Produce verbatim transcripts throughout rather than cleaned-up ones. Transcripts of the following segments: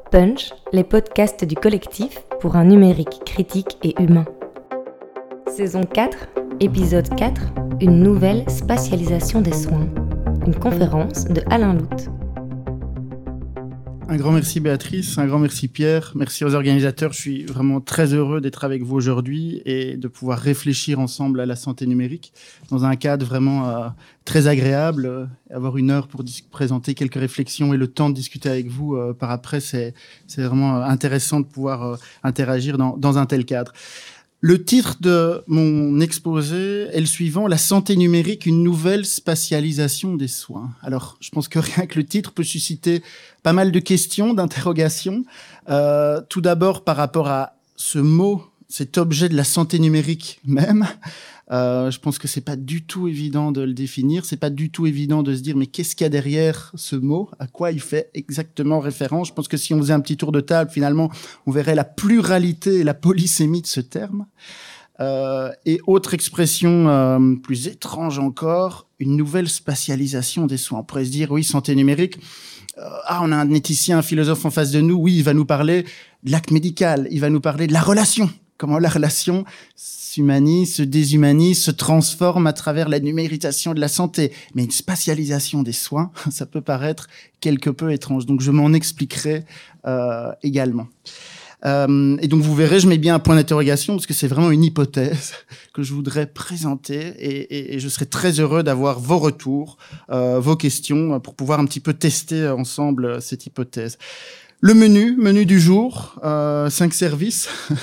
Punch, les podcasts du collectif pour un numérique critique et humain. Saison quatre, épisode quatre, une nouvelle spatialisation des soins. Une conférence de Alain Lout. Un grand merci Béatrice, un grand merci Pierre, merci aux organisateurs. Je suis vraiment très heureux d'être avec vous aujourd'hui et de pouvoir réfléchir ensemble à la santé numérique dans un cadre vraiment euh, très agréable. Euh, avoir une heure pour dis- présenter quelques réflexions et le temps de discuter avec vous euh, par après, c'est, c'est vraiment intéressant de pouvoir euh, interagir dans, dans un tel cadre. Le titre de mon exposé est le suivant, la santé numérique, une nouvelle spatialisation des soins. Alors, je pense que rien que le titre peut susciter pas mal de questions, d'interrogations. Euh, tout d'abord, par rapport à ce mot, cet objet de la santé numérique même. Euh, je pense que c'est pas du tout évident de le définir, c'est pas du tout évident de se dire mais qu'est-ce qu'il y a derrière ce mot, à quoi il fait exactement référence. Je pense que si on faisait un petit tour de table, finalement, on verrait la pluralité et la polysémie de ce terme. Euh, et autre expression euh, plus étrange encore, une nouvelle spatialisation des soins. On pourrait se dire oui, santé numérique. Euh, ah, on a un éthicien, un philosophe en face de nous. Oui, il va nous parler de l'acte médical, il va nous parler de la relation. Comment la relation s'humanise, se déshumanise, se transforme à travers la numérisation de la santé. Mais une spatialisation des soins, ça peut paraître quelque peu étrange. Donc, je m'en expliquerai euh, également. Euh, et donc, vous verrez, je mets bien un point d'interrogation parce que c'est vraiment une hypothèse que je voudrais présenter et, et, et je serai très heureux d'avoir vos retours, euh, vos questions pour pouvoir un petit peu tester ensemble cette hypothèse. Le menu, menu du jour, euh, cinq services.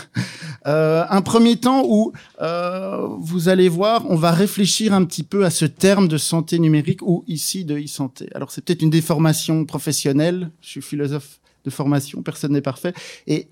euh, un premier temps où euh, vous allez voir, on va réfléchir un petit peu à ce terme de santé numérique ou ici de e-santé. Alors c'est peut-être une déformation professionnelle. Je suis philosophe de formation, personne n'est parfait. Et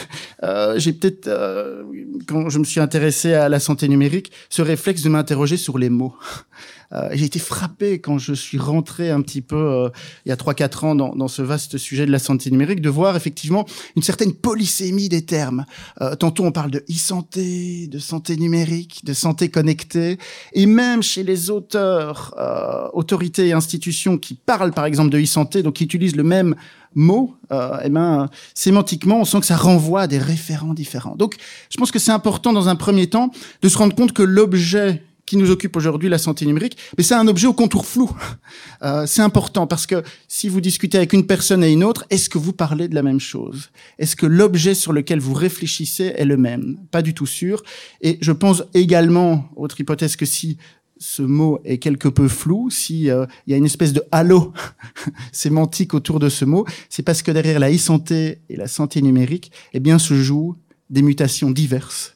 euh, j'ai peut-être, euh, quand je me suis intéressé à la santé numérique, ce réflexe de m'interroger sur les mots. Euh, j'ai été frappé quand je suis rentré un petit peu euh, il y a trois quatre ans dans, dans ce vaste sujet de la santé numérique de voir effectivement une certaine polysémie des termes. Euh, tantôt on parle de e-santé, de santé numérique, de santé connectée, et même chez les auteurs, euh, autorités et institutions qui parlent par exemple de e-santé, donc qui utilisent le même mot, euh, eh ben, sémantiquement, on sent que ça renvoie à des référents différents. Donc, je pense que c'est important dans un premier temps de se rendre compte que l'objet qui nous occupe aujourd'hui, la santé numérique, mais c'est un objet au contour flou. Euh, c'est important parce que si vous discutez avec une personne et une autre, est-ce que vous parlez de la même chose? Est-ce que l'objet sur lequel vous réfléchissez est le même? Pas du tout sûr. Et je pense également, autre hypothèse, que si ce mot est quelque peu flou, si euh, il y a une espèce de halo sémantique autour de ce mot, c'est parce que derrière la e-santé et la santé numérique, eh bien, se jouent des mutations diverses.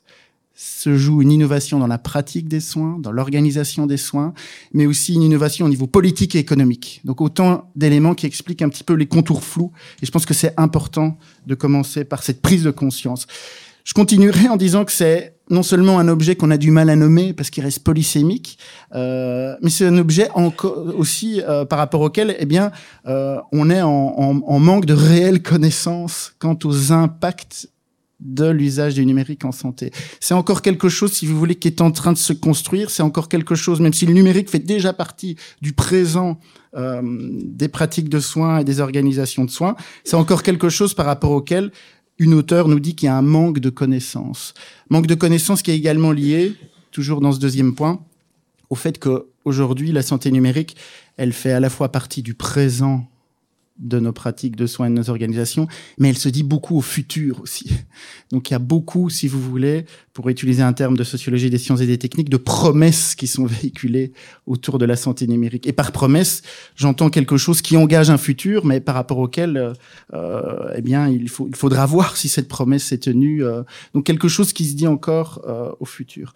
Se joue une innovation dans la pratique des soins, dans l'organisation des soins, mais aussi une innovation au niveau politique et économique. Donc autant d'éléments qui expliquent un petit peu les contours flous. Et je pense que c'est important de commencer par cette prise de conscience. Je continuerai en disant que c'est non seulement un objet qu'on a du mal à nommer parce qu'il reste polysémique, euh, mais c'est un objet enco- aussi euh, par rapport auquel, eh bien, euh, on est en, en, en manque de réelles connaissances quant aux impacts de l'usage du numérique en santé. C'est encore quelque chose, si vous voulez, qui est en train de se construire. C'est encore quelque chose, même si le numérique fait déjà partie du présent euh, des pratiques de soins et des organisations de soins, c'est encore quelque chose par rapport auquel une auteure nous dit qu'il y a un manque de connaissances. Manque de connaissances qui est également lié, toujours dans ce deuxième point, au fait qu'aujourd'hui, la santé numérique, elle fait à la fois partie du présent de nos pratiques de soins et de nos organisations, mais elle se dit beaucoup au futur aussi. Donc il y a beaucoup, si vous voulez, pour utiliser un terme de sociologie des sciences et des techniques, de promesses qui sont véhiculées autour de la santé numérique. Et par promesse, j'entends quelque chose qui engage un futur, mais par rapport auquel, euh, eh bien, il, faut, il faudra voir si cette promesse est tenue. Euh, donc quelque chose qui se dit encore euh, au futur.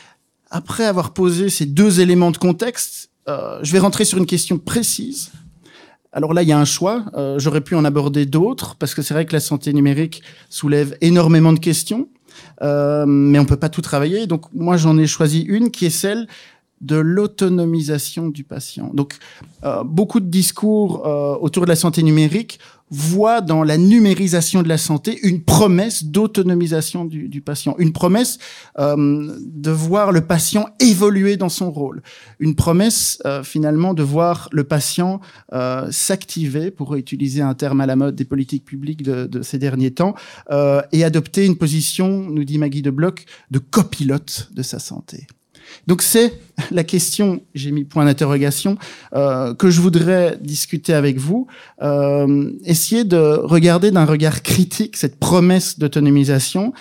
Après avoir posé ces deux éléments de contexte, euh, je vais rentrer sur une question précise. Alors là, il y a un choix. Euh, j'aurais pu en aborder d'autres, parce que c'est vrai que la santé numérique soulève énormément de questions, euh, mais on peut pas tout travailler. Donc moi, j'en ai choisi une qui est celle de l'autonomisation du patient. Donc, euh, beaucoup de discours euh, autour de la santé numérique voient dans la numérisation de la santé une promesse d'autonomisation du, du patient, une promesse euh, de voir le patient évoluer dans son rôle, une promesse euh, finalement de voir le patient euh, s'activer, pour utiliser un terme à la mode des politiques publiques de, de ces derniers temps, euh, et adopter une position, nous dit Maggie de Bloch, de copilote de sa santé. Donc c'est la question, j'ai mis point d'interrogation, euh, que je voudrais discuter avec vous, euh, essayer de regarder d'un regard critique cette promesse d'autonomisation.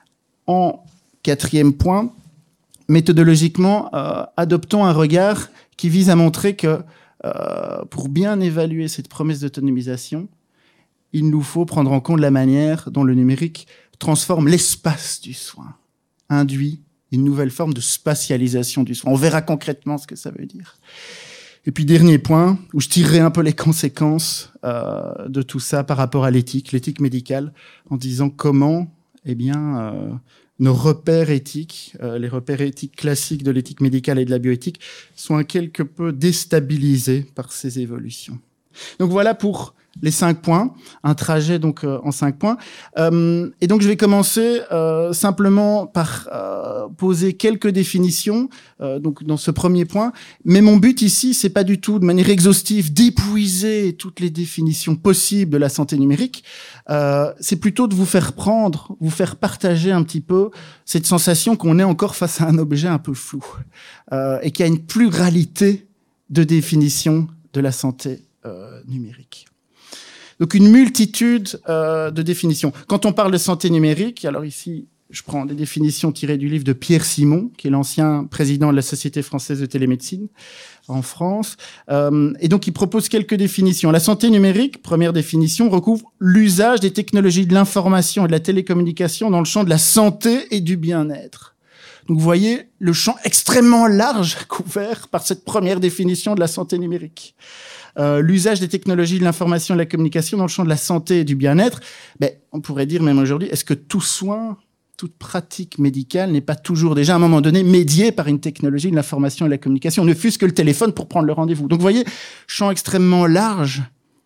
En quatrième point, méthodologiquement, euh, adoptons un regard qui vise à montrer que euh, pour bien évaluer cette promesse d'autonomisation, il nous faut prendre en compte la manière dont le numérique transforme l'espace du soin, induit une nouvelle forme de spatialisation du soin. On verra concrètement ce que ça veut dire. Et puis, dernier point, où je tirerai un peu les conséquences euh, de tout ça par rapport à l'éthique, l'éthique médicale, en disant comment, eh bien, euh, nos repères éthiques, euh, les repères éthiques classiques de l'éthique médicale et de la bioéthique, sont quelque peu déstabilisés par ces évolutions. Donc voilà pour les cinq points, un trajet donc euh, en cinq points. Euh, et donc je vais commencer euh, simplement par euh, poser quelques définitions euh, donc dans ce premier point. Mais mon but ici, c'est pas du tout de manière exhaustive d'épuiser toutes les définitions possibles de la santé numérique. Euh, c'est plutôt de vous faire prendre, vous faire partager un petit peu cette sensation qu'on est encore face à un objet un peu flou euh, et qu'il y a une pluralité de définitions de la santé euh, numérique. Donc une multitude euh, de définitions. Quand on parle de santé numérique, alors ici, je prends des définitions tirées du livre de Pierre Simon, qui est l'ancien président de la Société française de télémédecine en France. Euh, et donc, il propose quelques définitions. La santé numérique, première définition, recouvre l'usage des technologies de l'information et de la télécommunication dans le champ de la santé et du bien-être. Donc, vous voyez le champ extrêmement large couvert par cette première définition de la santé numérique. Euh, l'usage des technologies de l'information et de la communication dans le champ de la santé et du bien-être, ben, on pourrait dire même aujourd'hui, est-ce que tout soin, toute pratique médicale n'est pas toujours déjà à un moment donné médiée par une technologie de l'information et de la communication, ne fût-ce que le téléphone pour prendre le rendez-vous. Donc vous voyez, champ extrêmement large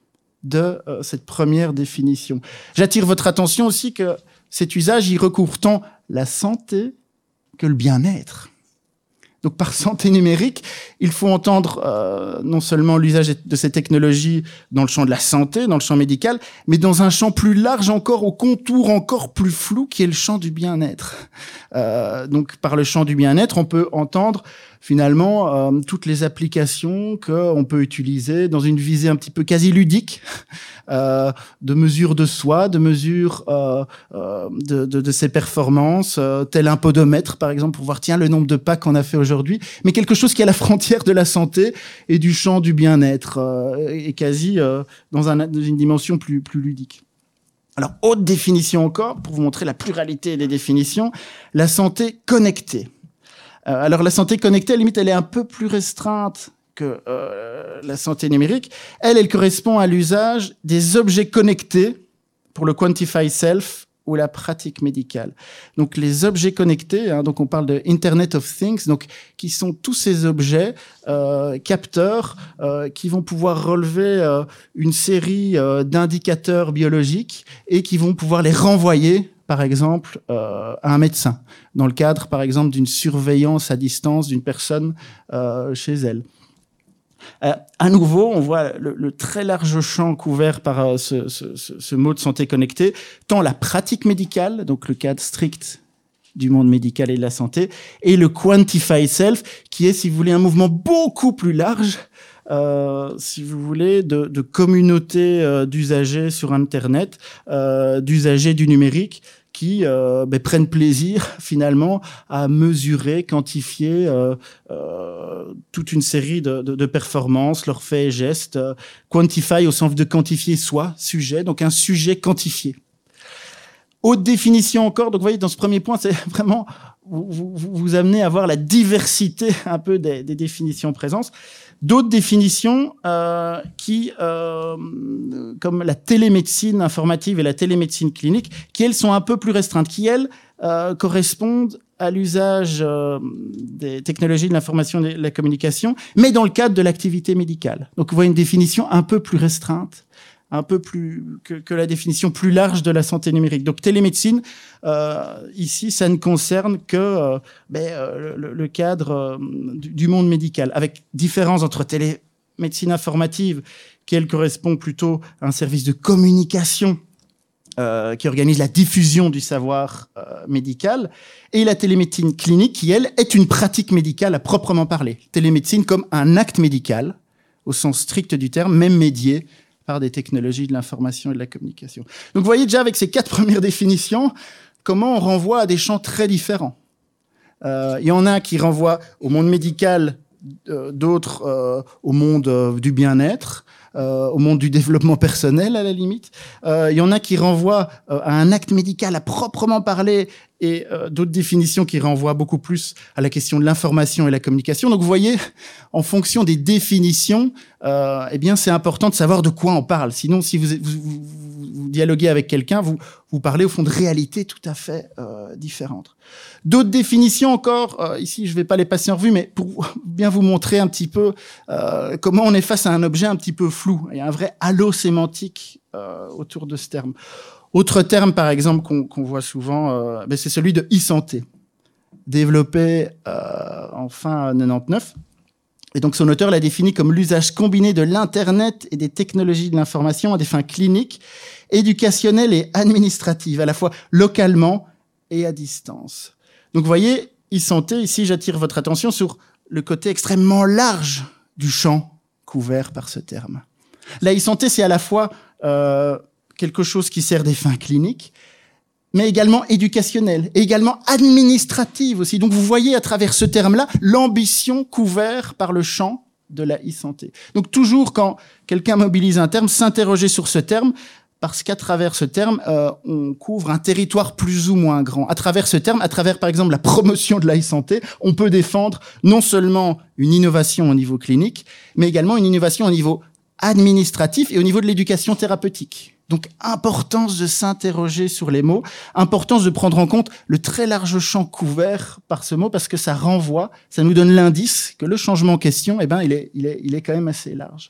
de euh, cette première définition. J'attire votre attention aussi que cet usage, il recouvre tant la santé que le bien-être. Donc, par santé numérique, il faut entendre euh, non seulement l'usage de ces technologies dans le champ de la santé, dans le champ médical, mais dans un champ plus large encore, au contour encore plus flou, qui est le champ du bien-être. Euh, donc, par le champ du bien-être, on peut entendre finalement euh, toutes les applications qu'on peut utiliser dans une visée un petit peu quasi ludique, euh, de mesure de soi, de mesure euh, euh, de, de, de ses performances, euh, tel un podomètre par exemple, pour voir tiens le nombre de pas qu'on a fait aujourd'hui, mais quelque chose qui est à la frontière de la santé et du champ du bien-être, euh, et quasi euh, dans, un, dans une dimension plus, plus ludique. Alors, autre définition encore, pour vous montrer la pluralité des définitions, la santé connectée. Euh, alors, la santé connectée, à la limite, elle est un peu plus restreinte que euh, la santé numérique. Elle, elle correspond à l'usage des objets connectés pour le Quantify Self ou la pratique médicale. Donc, les objets connectés, hein, donc on parle de Internet of Things, donc qui sont tous ces objets euh, capteurs euh, qui vont pouvoir relever euh, une série euh, d'indicateurs biologiques et qui vont pouvoir les renvoyer par exemple, euh, à un médecin, dans le cadre, par exemple, d'une surveillance à distance d'une personne euh, chez elle. Euh, à nouveau, on voit le, le très large champ couvert par euh, ce, ce, ce, ce mot de santé connectée, tant la pratique médicale, donc le cadre strict du monde médical et de la santé, et le Quantify Self, qui est, si vous voulez, un mouvement beaucoup plus large, Euh, si vous voulez, de, de communautés euh, d'usagers sur Internet, euh, d'usagers du numérique qui euh, ben, prennent plaisir finalement à mesurer, quantifier euh, euh, toute une série de, de, de performances, leurs faits et gestes. Euh, quantify au sens de quantifier soi, sujet, donc un sujet quantifié. Autre définition encore, donc vous voyez, dans ce premier point, c'est vraiment vous, vous, vous amener à voir la diversité un peu des, des définitions présentes. D'autres définitions euh, qui, euh, comme la télémédecine informative et la télémédecine clinique, qui elles sont un peu plus restreintes, qui elles euh, correspondent à l'usage euh, des technologies de l'information et de la communication, mais dans le cadre de l'activité médicale. Donc, vous voyez une définition un peu plus restreinte, un peu plus que, que la définition plus large de la santé numérique. Donc, télémédecine, euh, ici, ça ne concerne que euh, ben, euh, le, le cadre euh, du, du monde médical, avec différence entre télémédecine informative, qui, elle, correspond plutôt à un service de communication Euh, qui organise la diffusion du savoir euh, médical, et la télémédecine clinique, qui, elle, est une pratique médicale à proprement parler. Télémédecine comme un acte médical, au sens strict du terme, même médié par des technologies de l'information et de la communication. Donc, vous voyez déjà, avec ces quatre premières définitions, comment on renvoie à des champs très différents. Euh, il y en a qui renvoient au monde médical, euh, d'autres euh, au monde euh, du bien-être, Euh, au monde du développement personnel, à la limite. Euh, il y en a qui renvoient euh, à un acte médical à proprement parler, et euh, d'autres définitions qui renvoient beaucoup plus à la question de l'information et la communication. Donc, vous voyez, en fonction des définitions, euh, eh bien, c'est important de savoir de quoi on parle. Sinon, si vous, vous, vous, vous dialoguez avec quelqu'un, vous, vous parlez au fond de réalités tout à fait euh, différentes. D'autres définitions encore, euh, ici, je ne vais pas les passer en revue, mais pour bien vous montrer un petit peu euh, comment on est face à un objet un petit peu flou. Il y a un vrai halo sémantique euh, autour de ce terme. Autre terme, par exemple, qu'on qu'on voit souvent, euh, ben c'est celui de e-santé, développé euh, en fin quatre-vingt-dix-neuf. Et donc, son auteur l'a défini comme l'usage combiné de l'Internet et des technologies de l'information à des fins cliniques, éducationnelles et administratives, à la fois localement et à distance. Donc, vous voyez, e-santé, ici, j'attire votre attention sur le côté extrêmement large du champ couvert par ce terme. La e-santé, c'est à la fois euh, quelque chose qui sert des fins cliniques, mais également éducationnelle, et également administrative aussi. Donc, vous voyez à travers ce terme-là l'ambition couverte par le champ de la e-santé. Donc, toujours quand quelqu'un mobilise un terme, s'interroger sur ce terme, parce qu'à travers ce terme, euh, on couvre un territoire plus ou moins grand. À travers ce terme, à travers, par exemple, la promotion de la e-santé, on peut défendre non seulement une innovation au niveau clinique, mais également une innovation au niveau administratif et au niveau de l'éducation thérapeutique. Donc, importance de s'interroger sur les mots, importance de prendre en compte le très large champ couvert par ce mot, parce que ça renvoie, ça nous donne l'indice que le changement en question, eh ben, il est, il est, il est quand même assez large.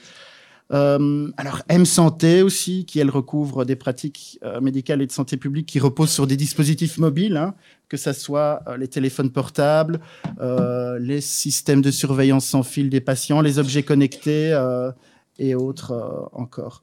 Euh, alors, M-Santé aussi, qui, elle, recouvre des pratiques euh, médicales et de santé publique qui reposent sur des dispositifs mobiles, hein, que ça soit euh, les téléphones portables, euh, les systèmes de surveillance sans fil des patients, les objets connectés euh, et autres euh, encore.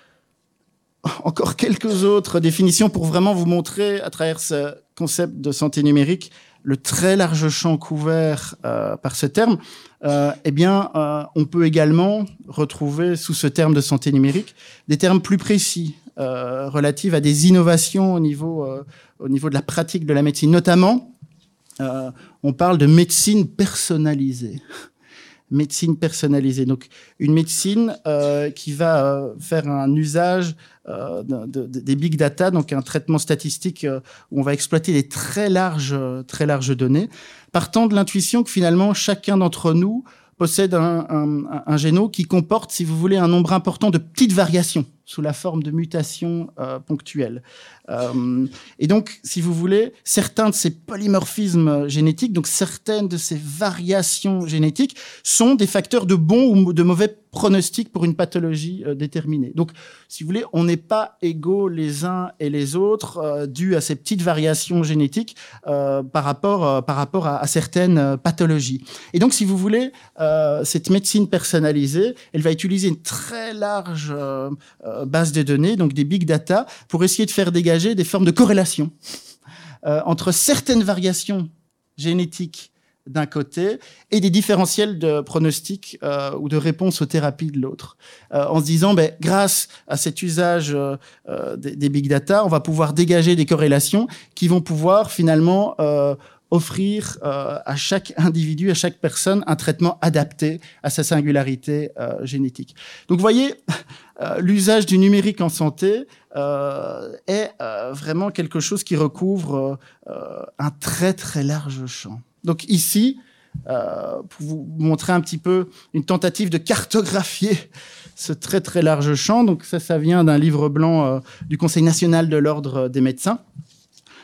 Encore quelques autres définitions pour vraiment vous montrer, à travers ce concept de santé numérique, le très large champ couvert euh, par ce terme. Euh, eh bien, euh, on peut également retrouver sous ce terme de santé numérique des termes plus précis euh, relatifs à des innovations au niveau, euh, au niveau de la pratique de la médecine. Notamment, euh, on parle de médecine personnalisée. Médecine personnalisée, donc une médecine euh, qui va euh, faire un usage euh, de, de, des big data, donc un traitement statistique euh, où on va exploiter des très larges, très larges données, partant de l'intuition que finalement chacun d'entre nous possède un, un, un génome qui comporte, si vous voulez, un nombre important de petites variations sous la forme de mutations euh, ponctuelles. Euh, et donc, si vous voulez, certains de ces polymorphismes génétiques, donc certaines de ces variations génétiques, sont des facteurs de bon ou de mauvais pronostic pour une pathologie euh, déterminée. Donc, si vous voulez, on n'est pas égaux les uns et les autres euh, dû à ces petites variations génétiques euh, par rapport, euh, par rapport à, à certaines euh, pathologies. Et donc, si vous voulez, euh, cette médecine personnalisée, elle va utiliser une très large euh, euh, base de données, donc des big data, pour essayer de faire dégager des formes de corrélation euh, entre certaines variations génétiques d'un côté et des différentiels de pronostic euh, ou de réponse aux thérapies de l'autre, euh, en se disant, ben, grâce à cet usage euh, euh, des, des big data, on va pouvoir dégager des corrélations qui vont pouvoir finalement euh, offrir euh, à chaque individu, à chaque personne, un traitement adapté à sa singularité euh, génétique. Donc, vous voyez, euh, l'usage du numérique en santé euh, est euh, vraiment quelque chose qui recouvre euh, un très, très large champ. Donc ici, euh, pour vous montrer un petit peu une tentative de cartographier ce très, très large champ. Donc ça, ça vient d'un livre blanc euh, du Conseil national de l'ordre des médecins.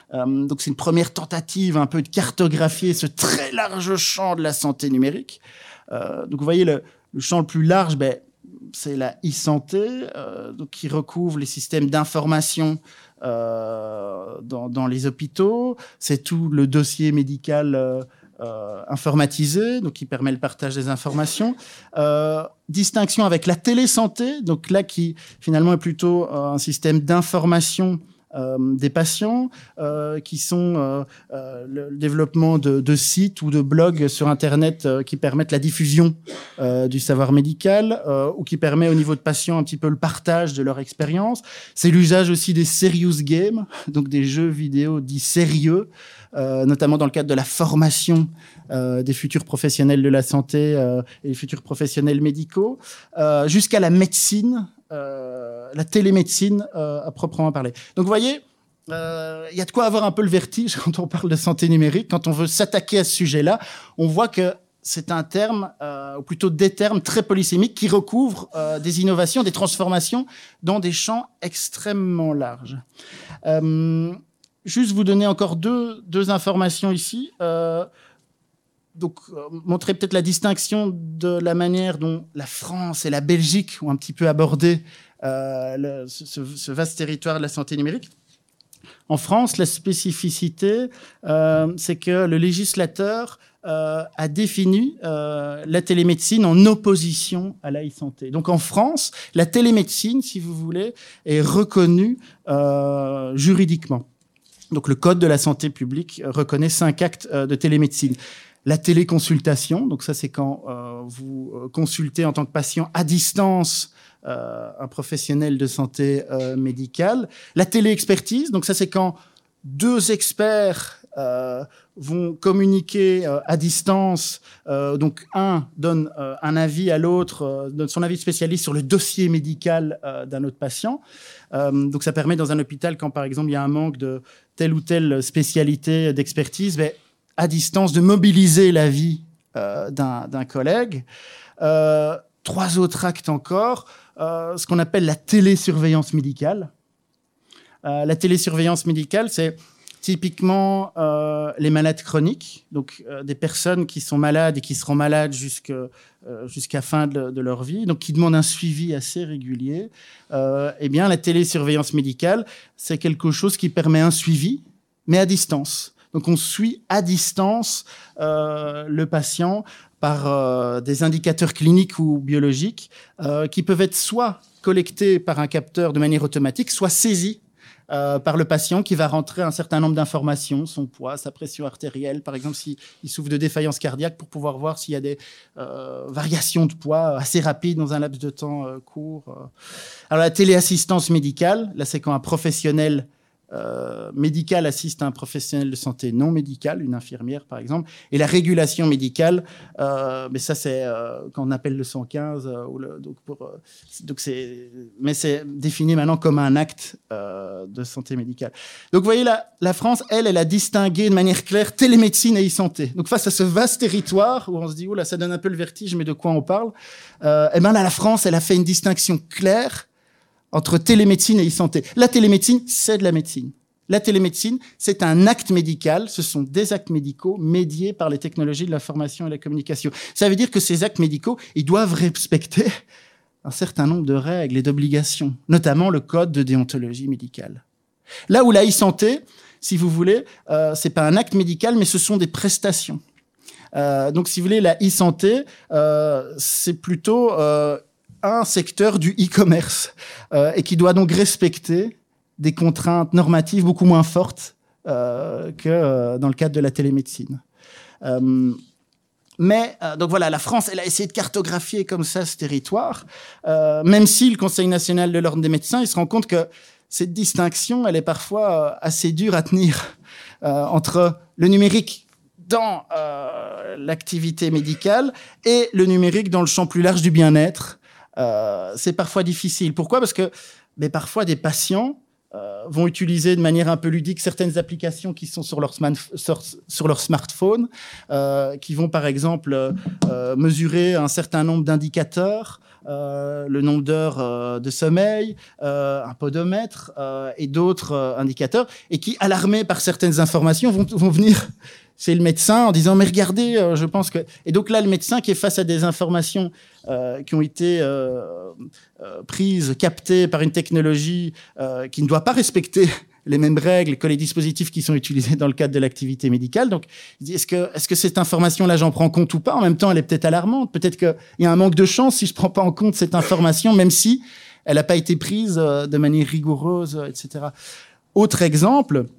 Euh, donc c'est une première tentative un peu de cartographier ce très large champ de la santé numérique. Euh, donc vous voyez le, le champ le plus large, ben, c'est la e-santé, euh, donc qui recouvre les systèmes d'information euh, dans, dans les hôpitaux. C'est tout le dossier médical euh, euh, informatisé, donc qui permet le partage des informations. Euh, distinction avec la télésanté, donc là qui finalement est plutôt euh, un système d'information Euh, des patients, euh, qui sont euh, euh, le développement de, de sites ou de blogs sur Internet euh, qui permettent la diffusion euh, du savoir médical euh, ou qui permet au niveau de patients un petit peu le partage de leur expérience. C'est l'usage aussi des serious games, donc des jeux vidéo dits sérieux, euh, notamment dans le cadre de la formation euh, des futurs professionnels de la santé euh, et des futurs professionnels médicaux, euh, jusqu'à la médecine, Euh, la télémédecine euh, à proprement parler. Donc vous voyez, il euh, y a de quoi avoir un peu le vertige quand on parle de santé numérique, quand on veut s'attaquer à ce sujet-là. On voit que c'est un terme, euh, ou plutôt des termes très polysémiques qui recouvrent euh, des innovations, des transformations dans des champs extrêmement larges. Euh, juste vous donner encore deux, deux informations ici. Euh, Donc, euh, montrer peut-être la distinction de la manière dont la France et la Belgique ont un petit peu abordé euh, le, ce, ce vaste territoire de la santé numérique. En France, la spécificité, euh, c'est que le législateur euh, a défini euh, la télémédecine en opposition à la e-santé. Donc, en France, la télémédecine, si vous voulez, est reconnue euh, juridiquement. Donc, le Code de la santé publique reconnaît cinq actes euh, de télémédecine. La téléconsultation, donc ça c'est quand euh, vous consultez en tant que patient à distance euh, un professionnel de santé euh, médicale. La téléexpertise, donc ça c'est quand deux experts euh, vont communiquer euh, à distance. Euh, donc un donne euh, un avis à l'autre, euh, donne son avis de spécialiste sur le dossier médical euh, d'un autre patient. Euh, donc ça permet dans un hôpital, quand par exemple il y a un manque de telle ou telle spécialité d'expertise, ben, à distance, de mobiliser l'avis euh, d'un, d'un collègue. Euh, trois autres actes encore, euh, ce qu'on appelle la télésurveillance médicale. Euh, la télésurveillance médicale, c'est typiquement euh, les malades chroniques, donc euh, des personnes qui sont malades et qui seront malades jusque, euh, jusqu'à fin de, de leur vie, donc qui demandent un suivi assez régulier. Euh, eh bien, la télésurveillance médicale, c'est quelque chose qui permet un suivi, mais à distance. Donc, on suit à distance euh, le patient par euh, des indicateurs cliniques ou biologiques euh, qui peuvent être soit collectés par un capteur de manière automatique, soit saisis euh, par le patient qui va rentrer un certain nombre d'informations, son poids, sa pression artérielle, par exemple, s'il souffre de défaillance cardiaque, pour pouvoir voir s'il y a des euh, variations de poids assez rapides dans un laps de temps euh, court. Alors, la téléassistance médicale, là, c'est quand un professionnel Euh, médical assiste à un professionnel de santé non médical, une infirmière par exemple, et la régulation médicale, euh, mais ça c'est euh, quand on appelle le cent quinze, euh, ou le, donc pour, euh, donc c'est, mais c'est défini maintenant comme un acte euh, de santé médicale. Donc vous voyez la, la France, elle, elle a distingué de manière claire télémédecine et e-santé. Donc face à ce vaste territoire où on se dit, oh là, ça donne un peu le vertige, mais de quoi on parle, euh, et ben là la France, elle a fait une distinction claire entre télémédecine et e-santé. La télémédecine, c'est de la médecine. La télémédecine, c'est un acte médical. Ce sont des actes médicaux médiés par les technologies de l'information et de la communication. Ça veut dire que ces actes médicaux, ils doivent respecter un certain nombre de règles et d'obligations, notamment le code de déontologie médicale. Là où la e-santé, si vous voulez, euh, c'est pas un acte médical, mais ce sont des prestations. Euh, donc, si vous voulez, la e-santé, euh, c'est plutôt euh, un secteur du e-commerce euh, et qui doit donc respecter des contraintes normatives beaucoup moins fortes euh, que euh, dans le cadre de la télémédecine. Euh, mais euh, donc voilà, la France, elle a essayé de cartographier comme ça ce territoire, euh, même si le Conseil national de l'ordre des médecins, il se rend compte que cette distinction, elle est parfois euh, assez dure à tenir euh, entre le numérique dans euh, l'activité médicale et le numérique dans le champ plus large du bien-être. Euh, c'est parfois difficile. Pourquoi ? Parce que mais parfois des patients euh, vont utiliser de manière un peu ludique certaines applications qui sont sur leur, sur, sur leur smartphone, euh, qui vont par exemple euh, mesurer un certain nombre d'indicateurs, euh, le nombre d'heures euh, de sommeil, euh, un podomètre euh, et d'autres euh, indicateurs, et qui, alarmés par certaines informations, vont, vont venir chez le médecin en disant « mais regardez, euh, je pense que… » Et donc là, le médecin qui est face à des informations euh, qui ont été euh, euh, prises, captées par une technologie euh, qui ne doit pas respecter les mêmes règles que les dispositifs qui sont utilisés dans le cadre de l'activité médicale. Donc, il dit, est-ce que, est-ce que cette information-là, j'en prends compte ou pas? En même temps, elle est peut-être alarmante. Peut-être qu'il y a un manque de chance si je prends pas en compte cette information, même si elle n'a pas été prise euh, de manière rigoureuse, et cetera. Autre exemple,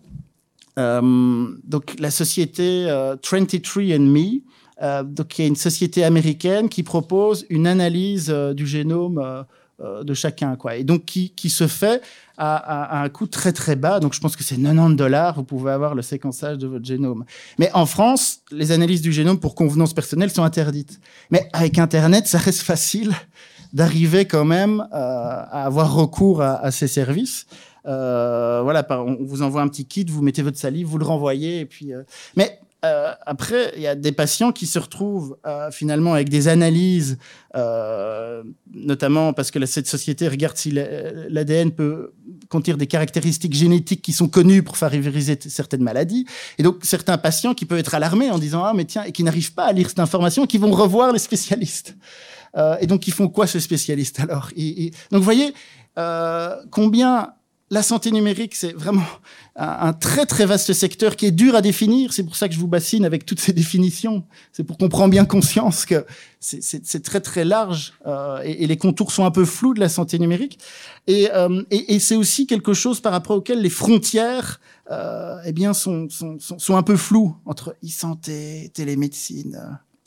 euh, donc la société euh, vingt-trois and me, euh, donc qui est une société américaine qui propose une analyse euh, du génome euh, de chacun, quoi. Et donc, qui, qui se fait à, à, à un coût très, très bas. Donc, je pense que c'est quatre-vingt-dix dollars. Vous pouvez avoir le séquençage de votre génome. Mais en France, les analyses du génome pour convenance personnelle sont interdites. Mais avec Internet, ça reste facile d'arriver quand même euh, à avoir recours à, à ces services. Euh, voilà, on vous envoie un petit kit, vous mettez votre salive, vous le renvoyez, et puis. Euh... Mais Euh, après, il y a des patients qui se retrouvent euh, finalement avec des analyses, euh, notamment parce que la, cette société regarde si l'A D N peut contenir des caractéristiques génétiques qui sont connues pour favoriser certaines maladies. Et donc, certains patients qui peuvent être alarmés en disant « Ah, mais tiens », et qui n'arrivent pas à lire cette information, qui vont revoir les spécialistes. Euh, et donc, ils font quoi, ces spécialistes, alors? et, et, Donc, vous voyez euh, combien… La santé numérique, c'est vraiment un, un très, très vaste secteur qui est dur à définir. C'est pour ça que je vous bassine avec toutes ces définitions. C'est pour qu'on prend bien conscience que c'est, c'est, c'est très, très large euh, et, et les contours sont un peu flous de la santé numérique. Et, euh, et, et c'est aussi quelque chose par rapport auquel les frontières euh, eh bien, sont, sont, sont, sont un peu floues entre e-santé, télémédecine.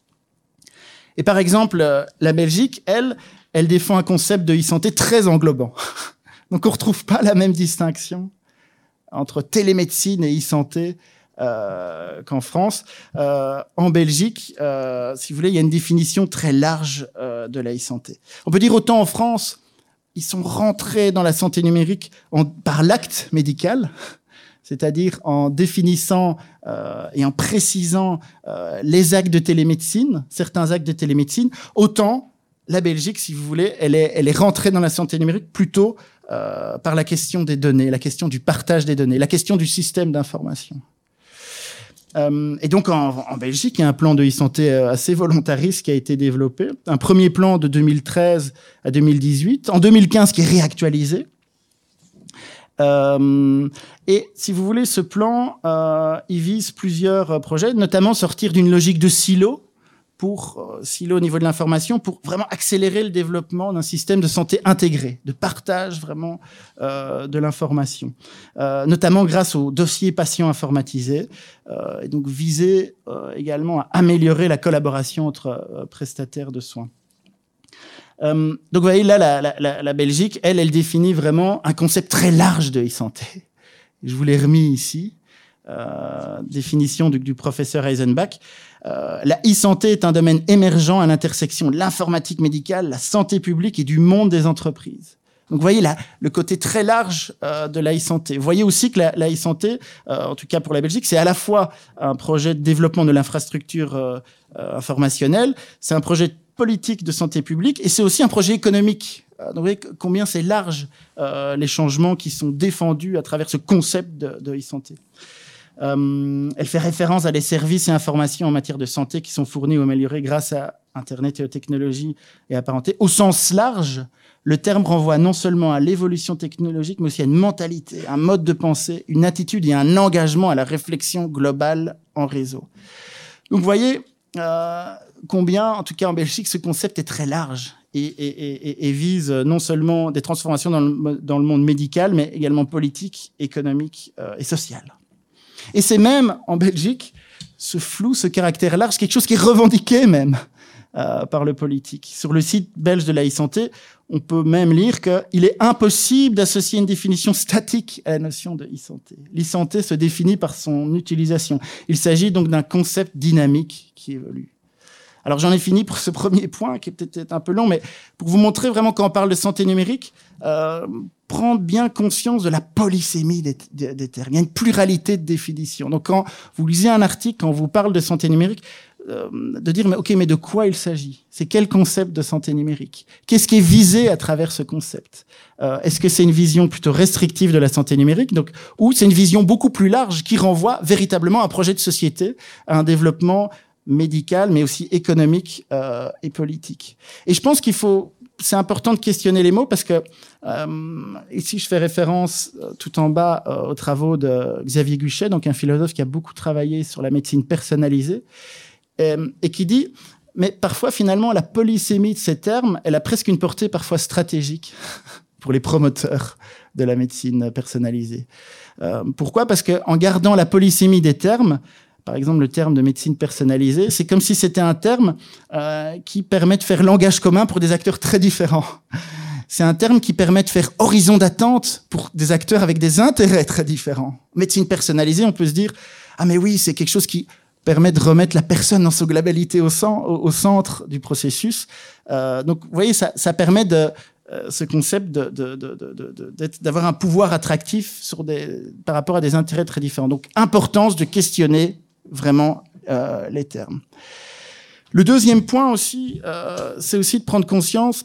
Et par exemple, la Belgique, elle, elle défend un concept de e-santé très englobant. Donc, on ne retrouve pas la même distinction entre télémédecine et e-santé euh, qu'en France. Euh, en Belgique, euh, si vous voulez, il y a une définition très large euh, de la e-santé. On peut dire autant en France, ils sont rentrés dans la santé numérique en, par l'acte médical, c'est-à-dire en définissant euh, et en précisant euh, les actes de télémédecine, certains actes de télémédecine, autant la Belgique, si vous voulez, elle est, elle est rentrée dans la santé numérique plutôt euh, par la question des données, la question du partage des données, la question du système d'information. Euh, et donc, en, en Belgique, il y a un plan de e-santé assez volontariste qui a été développé. Un premier plan de deux mille treize à deux mille dix-huit. En deux mille quinze, qui est réactualisé. Euh, et si vous voulez, ce plan, euh, il vise plusieurs projets, notamment sortir d'une logique de silo, pour euh, silo au niveau de l'information, pour vraiment accélérer le développement d'un système de santé intégré, de partage vraiment euh, de l'information, euh, notamment grâce aux dossiers patients informatisés, euh, et donc viser euh, également à améliorer la collaboration entre euh, prestataires de soins. Euh, donc vous voyez là, la, la, la Belgique, elle, elle définit vraiment un concept très large de e-santé. Je vous l'ai remis ici, euh, définition du, du professeur Eisenbach. Euh, la e-santé est un domaine émergent à l'intersection de l'informatique médicale, la santé publique et du monde des entreprises. Donc, vous voyez là, le côté très large euh, de la e-santé. Vous voyez aussi que la, la e-santé, euh, en tout cas pour la Belgique, c'est à la fois un projet de développement de l'infrastructure euh, euh, informationnelle, c'est un projet politique de santé publique et c'est aussi un projet économique. Euh, donc, vous voyez combien c'est large euh, les changements qui sont défendus à travers ce concept de, de e-santé. Euh, elle fait référence à des services et informations en matière de santé qui sont fournis ou améliorés grâce à Internet et aux technologies et apparentées. Au sens large, le terme renvoie non seulement à l'évolution technologique, mais aussi à une mentalité, un mode de pensée, une attitude et un engagement à la réflexion globale en réseau. Donc, vous voyez euh, combien, en tout cas en Belgique, ce concept est très large et, et, et, et vise non seulement des transformations dans le, dans le monde médical, mais également politique, économique euh, et social. Et c'est même, en Belgique, ce flou, ce caractère large, quelque chose qui est revendiqué même euh, par le politique. Sur le site belge de la e-santé, on peut même lire qu'il est impossible d'associer une définition statique à la notion de e-santé. L'e-santé se définit par son utilisation. Il s'agit donc d'un concept dynamique qui évolue. Alors j'en ai fini pour ce premier point qui est peut-être un peu long, mais pour vous montrer vraiment quand on parle de santé numérique, euh, prendre bien conscience de la polysémie des, des, des termes. Il y a une pluralité de définitions. Donc quand vous lisez un article, quand on vous parle de santé numérique, euh, de dire mais ok, mais de quoi il s'agit? C'est quel concept de santé numérique? Qu'est-ce qui est visé à travers ce concept? euh, Est-ce que c'est une vision plutôt restrictive de la santé numérique, donc, ou c'est une vision beaucoup plus large qui renvoie véritablement à un projet de société, à un développement médical, mais aussi économique euh, et politique. Et je pense qu'il faut, c'est important de questionner les mots parce que euh, ici je fais référence euh, tout en bas euh, aux travaux de Xavier Guichet, donc un philosophe qui a beaucoup travaillé sur la médecine personnalisée et, et qui dit, mais parfois finalement la polysémie de ces termes, elle a presque une portée parfois stratégique pour les promoteurs de la médecine personnalisée. Euh, pourquoi ? Parce que en gardant la polysémie des termes, par exemple, le terme de médecine personnalisée, c'est comme si c'était un terme euh, qui permet de faire langage commun pour des acteurs très différents. C'est un terme qui permet de faire horizon d'attente pour des acteurs avec des intérêts très différents. Médecine personnalisée, on peut se dire « Ah mais oui, c'est quelque chose qui permet de remettre la personne dans sa globalité au, cent, au, au centre du processus. Euh, » Donc, vous voyez, ça, ça permet de... ce concept de, de, de, de, de, d'avoir un pouvoir attractif sur des, par rapport à des intérêts très différents. Donc, importance de questionner vraiment euh, les termes. Le deuxième point aussi, euh, c'est aussi de prendre conscience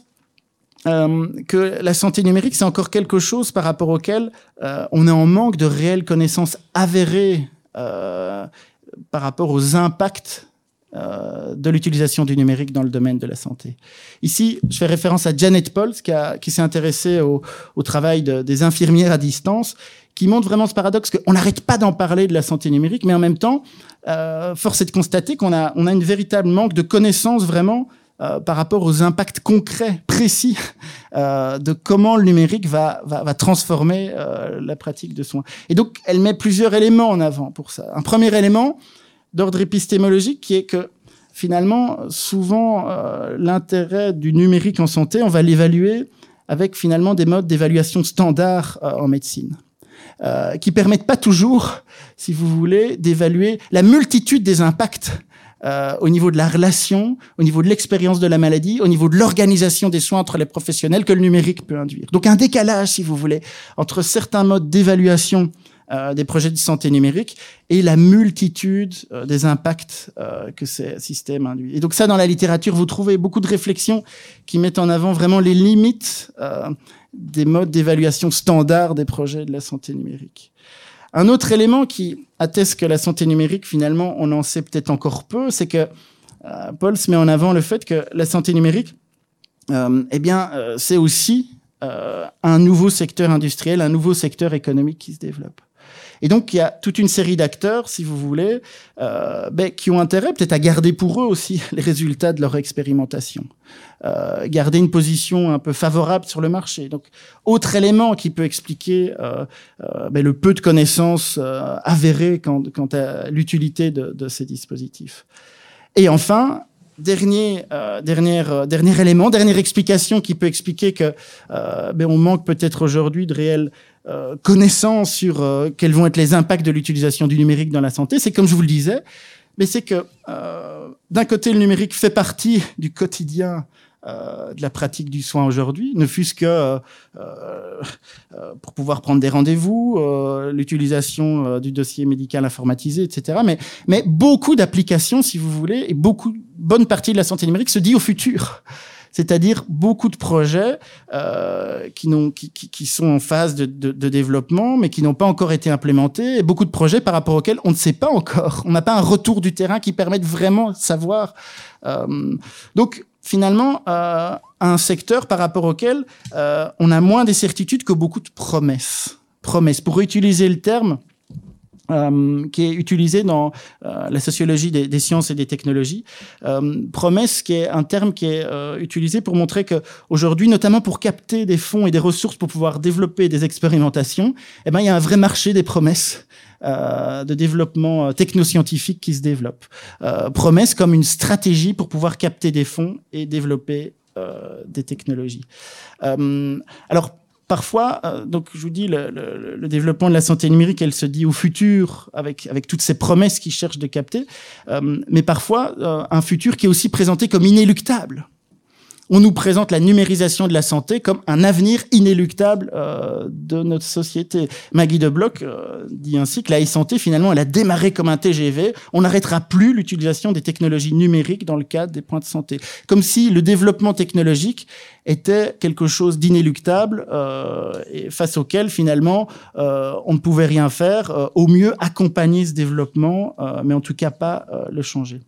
euh, que la santé numérique, c'est encore quelque chose par rapport auquel euh, on est en manque de réelles connaissances avérées euh, par rapport aux impacts Euh, de l'utilisation du numérique dans le domaine de la santé. Ici, je fais référence à Janet Pols, qui, a, qui s'est intéressée au, au travail de, des infirmières à distance, qui montre vraiment ce paradoxe qu'on n'arrête pas d'en parler de la santé numérique, mais en même temps, euh, force est de constater qu'on a, on a une véritable manque de connaissances vraiment euh, par rapport aux impacts concrets, précis, euh, de comment le numérique va, va, va transformer euh, la pratique de soins. Et donc, elle met plusieurs éléments en avant pour ça. Un premier élément d'ordre épistémologique qui est que finalement, souvent, euh, l'intérêt du numérique en santé, on va l'évaluer avec finalement des modes d'évaluation standards euh, en médecine, euh, qui permettent pas toujours, si vous voulez, d'évaluer la multitude des impacts euh, au niveau de la relation, au niveau de l'expérience de la maladie, au niveau de l'organisation des soins entre les professionnels que le numérique peut induire. Donc un décalage, si vous voulez, entre certains modes d'évaluation Euh, des projets de santé numérique et la multitude euh, des impacts euh, que ces systèmes induisent. Et donc ça, dans la littérature, vous trouvez beaucoup de réflexions qui mettent en avant vraiment les limites euh, des modes d'évaluation standards des projets de la santé numérique. Un autre élément qui atteste que la santé numérique, finalement, on en sait peut-être encore peu, c'est que euh, Paul se met en avant le fait que la santé numérique, euh, eh bien, euh, c'est aussi euh, un nouveau secteur industriel, un nouveau secteur économique qui se développe. Et donc, il y a toute une série d'acteurs, si vous voulez, euh, ben, qui ont intérêt peut-être à garder pour eux aussi les résultats de leur expérimentation, euh, garder une position un peu favorable sur le marché. Donc, autre élément qui peut expliquer euh, euh, ben, le peu de connaissances euh, avérées quant, quant à l'utilité de, de ces dispositifs. Et enfin, Dernier, euh, dernière, euh, dernier élément, dernière explication qui peut expliquer que euh, ben on manque peut-être aujourd'hui de réelles euh, connaissances sur euh, quels vont être les impacts de l'utilisation du numérique dans la santé. C'est comme je vous le disais, mais c'est que euh, d'un côté, le numérique fait partie du quotidien euh, de la pratique du soin aujourd'hui, ne fût-ce que euh, euh, pour pouvoir prendre des rendez-vous, euh, l'utilisation euh, du dossier médical informatisé, et cetera. Mais, mais beaucoup d'applications, si vous voulez, et beaucoup, bonne partie de la santé numérique se dit au futur. C'est-à-dire beaucoup de projets euh, qui, n'ont, qui, qui, qui sont en phase de, de, de développement, mais qui n'ont pas encore été implémentés, et beaucoup de projets par rapport auxquels on ne sait pas encore. On n'a pas un retour du terrain qui permette vraiment de savoir. Euh, donc, finalement, euh, un secteur par rapport auquel euh, on a moins des certitudes que beaucoup de promesses. Promesses. Pour utiliser le terme euh, qui est utilisé dans euh, la sociologie des, des sciences et des technologies, euh, promesse qui est un terme qui est euh, utilisé pour montrer que aujourd'hui, notamment pour capter des fonds et des ressources pour pouvoir développer des expérimentations, eh ben il y a un vrai marché des promesses. Euh, de développement technoscientifique qui se développe. Euh, promesse comme une stratégie pour pouvoir capter des fonds et développer euh, des technologies. Euh, alors, parfois, euh, donc je vous dis, le, le, le développement de la santé numérique, elle se dit au futur, avec, avec toutes ces promesses qu'ils cherchent de capter, euh, mais parfois euh, un futur qui est aussi présenté comme inéluctable. On nous présente la numérisation de la santé comme un avenir inéluctable euh, de notre société. Maggie de Bloch euh, dit ainsi que la e-santé, finalement, elle a démarré comme un T G V. On n'arrêtera plus l'utilisation des technologies numériques dans le cadre des points de santé. Comme si le développement technologique était quelque chose d'inéluctable euh, et face auquel, finalement, euh, on ne pouvait rien faire. Euh, au mieux, accompagner ce développement, euh, mais en tout cas pas euh, le changer.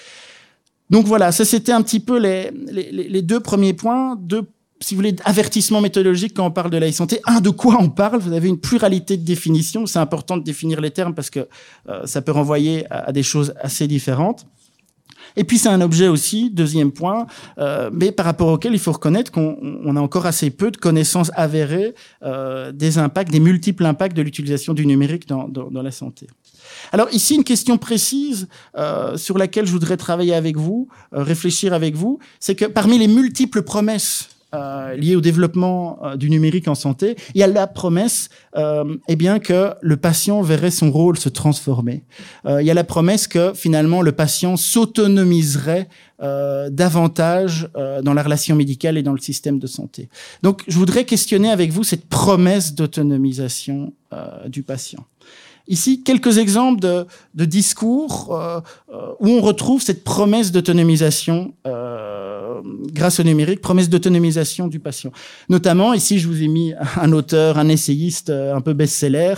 Donc voilà, ça c'était un petit peu les, les, les deux premiers points, deux, si vous voulez, avertissements méthodologiques quand on parle de la e-santé. Un, de quoi on parle? Vous avez une pluralité de définitions. C'est important de définir les termes parce que euh, ça peut renvoyer à, à des choses assez différentes. Et puis c'est un objet aussi, deuxième point, euh, mais par rapport auquel il faut reconnaître qu'on on a encore assez peu de connaissances avérées euh, des impacts, des multiples impacts de l'utilisation du numérique dans, dans, dans la santé. Alors ici, une question précise euh, sur laquelle je voudrais travailler avec vous, euh, réfléchir avec vous, c'est que parmi les multiples promesses euh, liées au développement euh, du numérique en santé, il y a la promesse euh, eh bien, que le patient verrait son rôle se transformer. Euh, il y a la promesse que finalement le patient s'autonomiserait euh, davantage euh, dans la relation médicale et dans le système de santé. Donc je voudrais questionner avec vous cette promesse d'autonomisation euh, du patient. Ici, quelques exemples de, de discours euh, euh, où on retrouve cette promesse d'autonomisation euh, grâce au numérique, promesse d'autonomisation du patient. Notamment, ici, je vous ai mis un auteur, un essayiste un peu best-seller,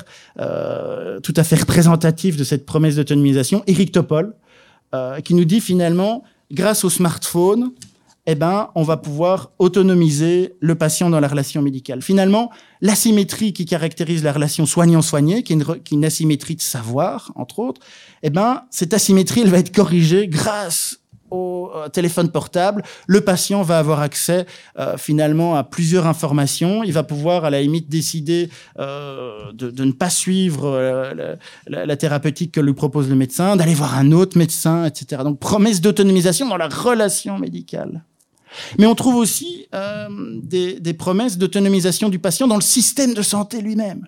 euh, tout à fait représentatif de cette promesse d'autonomisation, Eric Topol, euh, qui nous dit finalement, grâce au smartphone, eh ben, on va pouvoir autonomiser le patient dans la relation médicale. Finalement, l'asymétrie qui caractérise la relation soignant-soigné, qui est une, qui est une asymétrie de savoir, entre autres, eh ben, cette asymétrie, elle va être corrigée grâce au euh, téléphone portable. Le patient va avoir accès, euh, finalement, à plusieurs informations. Il va pouvoir, à la limite, décider euh, de, de ne pas suivre euh, la, la thérapeutique que lui propose le médecin, d'aller voir un autre médecin, et cetera. Donc, promesse d'autonomisation dans la relation médicale. Mais on trouve aussi euh, des, des promesses d'autonomisation du patient dans le système de santé lui-même.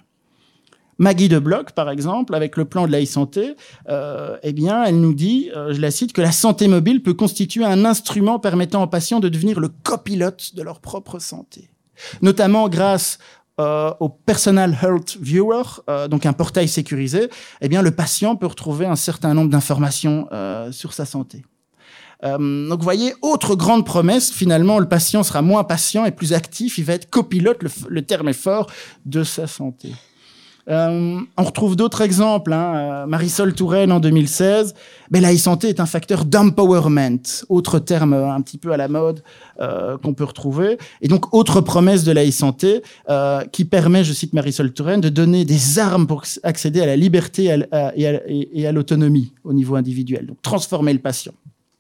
Maggie de Bloch, par exemple, avec le plan de la e-santé, euh, eh bien, elle nous dit, euh, je la cite, que la santé mobile peut constituer un instrument permettant aux patients de devenir le copilote de leur propre santé. Notamment grâce euh, au Personal Health Viewer, euh, donc un portail sécurisé, eh bien, le patient peut retrouver un certain nombre d'informations euh, sur sa santé. Euh, donc, vous voyez, autre grande promesse, finalement, le patient sera moins patient et plus actif, il va être copilote, le, le terme est fort, de sa santé. Euh, on retrouve d'autres exemples, hein. Marisol Touraine en deux mille seize, mais la e-santé est un facteur d'empowerment, autre terme un petit peu à la mode euh, qu'on peut retrouver. Et donc, autre promesse de la e-santé euh, qui permet, je cite Marisol Touraine, de donner des armes pour accéder à la liberté et à, et à, et à l'autonomie au niveau individuel, donc transformer le patient.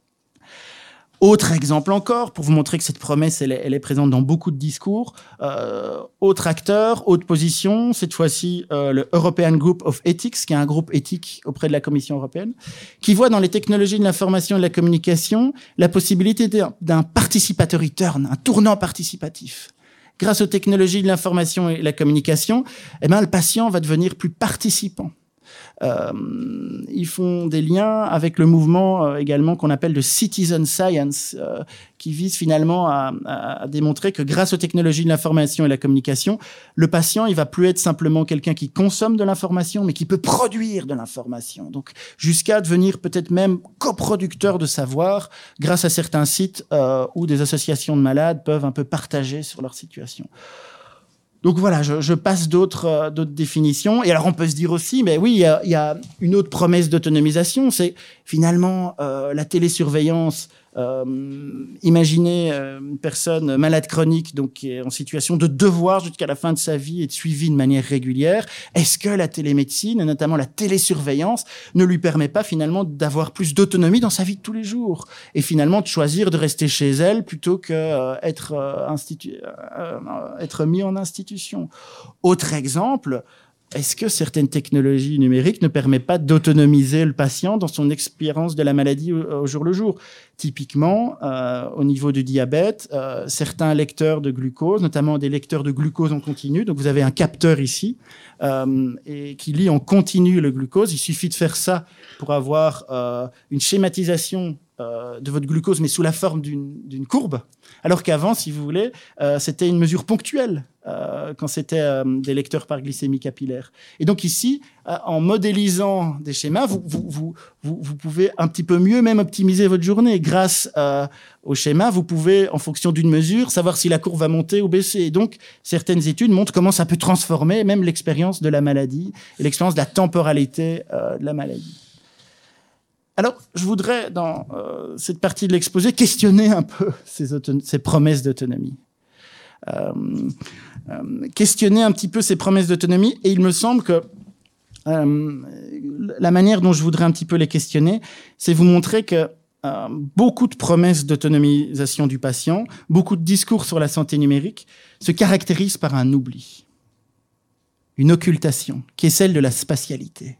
Autre exemple encore, pour vous montrer que cette promesse, elle est, elle est présente dans beaucoup de discours. Euh, autre acteur, autre position, cette fois-ci euh, le European Group of Ethics, qui est un groupe éthique auprès de la Commission européenne, qui voit dans les technologies de l'information et de la communication la possibilité d'un, d'un participatory return, un tournant participatif. Grâce aux technologies de l'information et de la communication, eh ben, le patient va devenir plus participant. Euh, ils font des liens avec le mouvement euh, également qu'on appelle de citizen science, euh, qui vise finalement à, à, à démontrer que grâce aux technologies de l'information et de la communication, le patient, il va plus être simplement quelqu'un qui consomme de l'information, mais qui peut produire de l'information. Donc, jusqu'à devenir peut-être même coproducteur de savoir grâce à certains sites euh, où des associations de malades peuvent un peu partager sur leur situation. Donc voilà, je, je passe d'autres, euh, d'autres définitions. Et alors on peut se dire aussi, mais oui, il y a, il y a une autre promesse d'autonomisation, c'est finalement euh, la télésurveillance. Euh, imaginez euh, une personne malade chronique, donc qui est en situation de devoir jusqu'à la fin de sa vie être suivie de manière régulière. Est-ce que la télémédecine, et notamment la télésurveillance, ne lui permet pas finalement d'avoir plus d'autonomie dans sa vie de tous les jours et finalement de choisir de rester chez elle plutôt que euh, être, euh, institu- euh, être mis en institution? Autre exemple, est-ce que certaines technologies numériques ne permettent pas d'autonomiser le patient dans son expérience de la maladie au, au jour le jour? Typiquement, euh, au niveau du diabète, euh, certains lecteurs de glucose, notamment des lecteurs de glucose en continu, donc vous avez un capteur ici, euh, et qui lit en continu le glucose. Il suffit de faire ça pour avoir euh, une schématisation euh, de votre glucose, mais sous la forme d'une, d'une courbe. Alors qu'avant, si vous voulez, euh, c'était une mesure ponctuelle euh, quand c'était euh, des lecteurs par glycémie capillaire. Et donc ici, euh, en modélisant des schémas, vous, vous, vous, vous, vous pouvez un petit peu mieux même optimiser votre journée. Grâce euh, au schéma, vous pouvez, en fonction d'une mesure, savoir si la courbe va monter ou baisser. Et donc, certaines études montrent comment ça peut transformer même l'expérience de la maladie et l'expérience de la temporalité euh, de la maladie. Alors, je voudrais, dans euh, cette partie de l'exposé, questionner un peu ces, auton- ces promesses d'autonomie. Euh, euh, questionner un petit peu ces promesses d'autonomie. Et il me semble que euh, la manière dont je voudrais un petit peu les questionner, c'est vous montrer que euh, beaucoup de promesses d'autonomisation du patient, beaucoup de discours sur la santé numérique se caractérisent par un oubli, une occultation, qui est celle de la spatialité.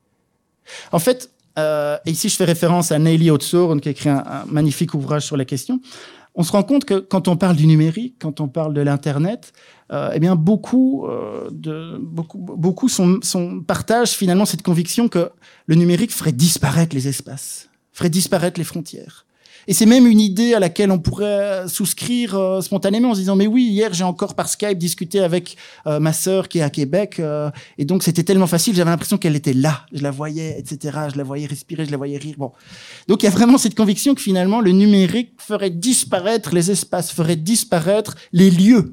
En fait, Euh, et ici, je fais référence à Neili Otsoorn, qui a écrit un, un magnifique ouvrage sur la question. On se rend compte que quand on parle du numérique, quand on parle de l'Internet, euh, eh bien, beaucoup, euh, de, beaucoup, beaucoup sont, sont, partagent finalement cette conviction que le numérique ferait disparaître les espaces, ferait disparaître les frontières. Et c'est même une idée à laquelle on pourrait souscrire euh, spontanément en se disant « Mais oui, hier, j'ai encore par Skype discuté avec euh, ma sœur qui est à Québec euh, et donc c'était tellement facile, j'avais l'impression qu'elle était là, je la voyais, et cetera. Je la voyais respirer, je la voyais rire. » Bon. Donc il y a vraiment cette conviction que finalement, le numérique ferait disparaître les espaces, ferait disparaître les lieux.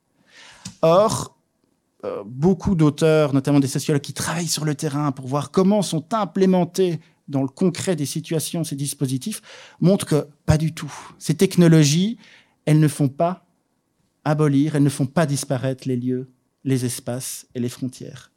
Or, euh, beaucoup d'auteurs, notamment des sociologues qui travaillent sur le terrain pour voir comment sont implémentés dans le concret des situations, ces dispositifs, montrent que pas du tout. Ces technologies, elles ne font pas abolir, elles ne font pas disparaître les lieux, les espaces et les frontières.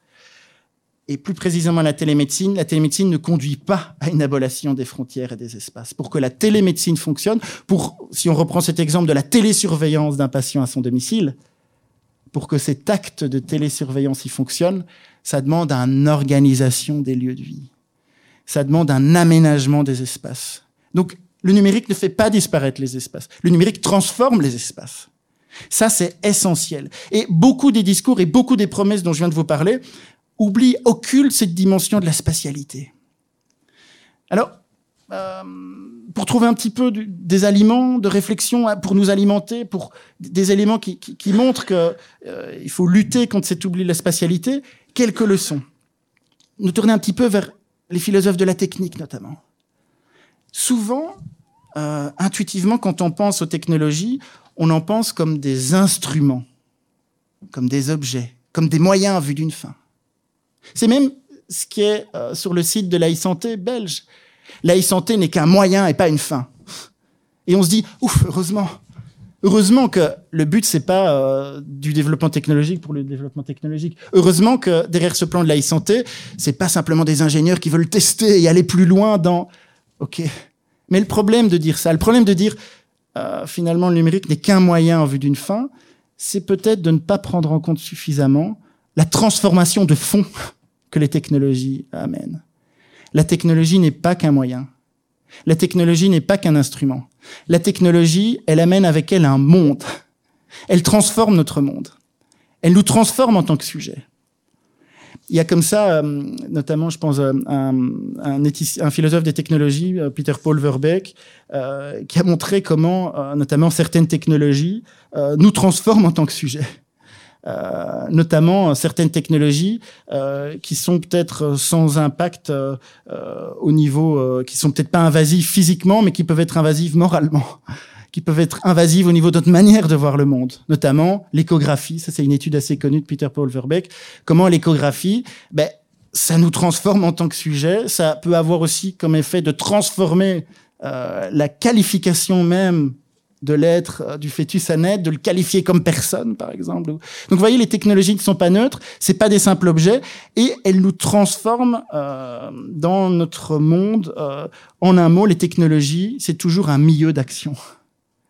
Et plus précisément la télémédecine, la télémédecine ne conduit pas à une abolition des frontières et des espaces. Pour que la télémédecine fonctionne, pour, si on reprend cet exemple de la télésurveillance d'un patient à son domicile, pour que cet acte de télésurveillance y fonctionne, ça demande une organisation des lieux de vie. Ça demande un aménagement des espaces. Donc, le numérique ne fait pas disparaître les espaces. Le numérique transforme les espaces. Ça, c'est essentiel. Et beaucoup des discours et beaucoup des promesses dont je viens de vous parler oublient, occultent cette dimension de la spatialité. Alors, euh, pour trouver un petit peu du, des aliments de réflexion pour nous alimenter, pour des éléments qui, qui, qui montrent qu'il euh, faut lutter contre cet oubli de la spatialité, quelques leçons. Nous tourner un petit peu vers les philosophes de la technique, notamment. Souvent, euh, intuitivement, quand on pense aux technologies, on en pense comme des instruments, comme des objets, comme des moyens en vue d'une fin. C'est même ce qui est euh, sur le site de l'A I Santé belge. L'A I Santé n'est qu'un moyen et pas une fin. Et on se dit, ouf, heureusement. Heureusement que le but, c'est pas euh, du développement technologique pour le développement technologique. Heureusement que derrière ce plan de l'A I Santé, c'est pas simplement des ingénieurs qui veulent tester et aller plus loin dans... OK. Mais le problème de dire ça, le problème de dire euh, finalement le numérique n'est qu'un moyen en vue d'une fin, c'est peut-être de ne pas prendre en compte suffisamment la transformation de fond que les technologies amènent. La technologie n'est pas qu'un moyen. La technologie n'est pas qu'un instrument. La technologie, elle amène avec elle un monde. Elle transforme notre monde. Elle nous transforme en tant que sujet. Il y a comme ça, euh, notamment, je pense, euh, un, un, éthi- un philosophe des technologies, euh, Peter Paul Verbeek, euh, qui a montré comment, euh, notamment, certaines technologies euh, nous transforment en tant que sujet. Euh, notamment certaines technologies euh, qui sont peut-être sans impact euh, euh, au niveau, euh, qui sont peut-être pas invasives physiquement, mais qui peuvent être invasives moralement, qui peuvent être invasives au niveau de notre manière de voir le monde. Notamment l'échographie, ça c'est une étude assez connue de Peter Paul Verbeek. Comment l'échographie, ben ça nous transforme en tant que sujet. Ça peut avoir aussi comme effet de transformer euh, la qualification même de l'être, euh, du fœtus à naître, de le qualifier comme personne, par exemple. Donc, vous voyez, les technologies ne sont pas neutres, c'est pas des simples objets, et elles nous transforment euh, dans notre monde. Euh, en un mot, les technologies, c'est toujours un milieu d'action.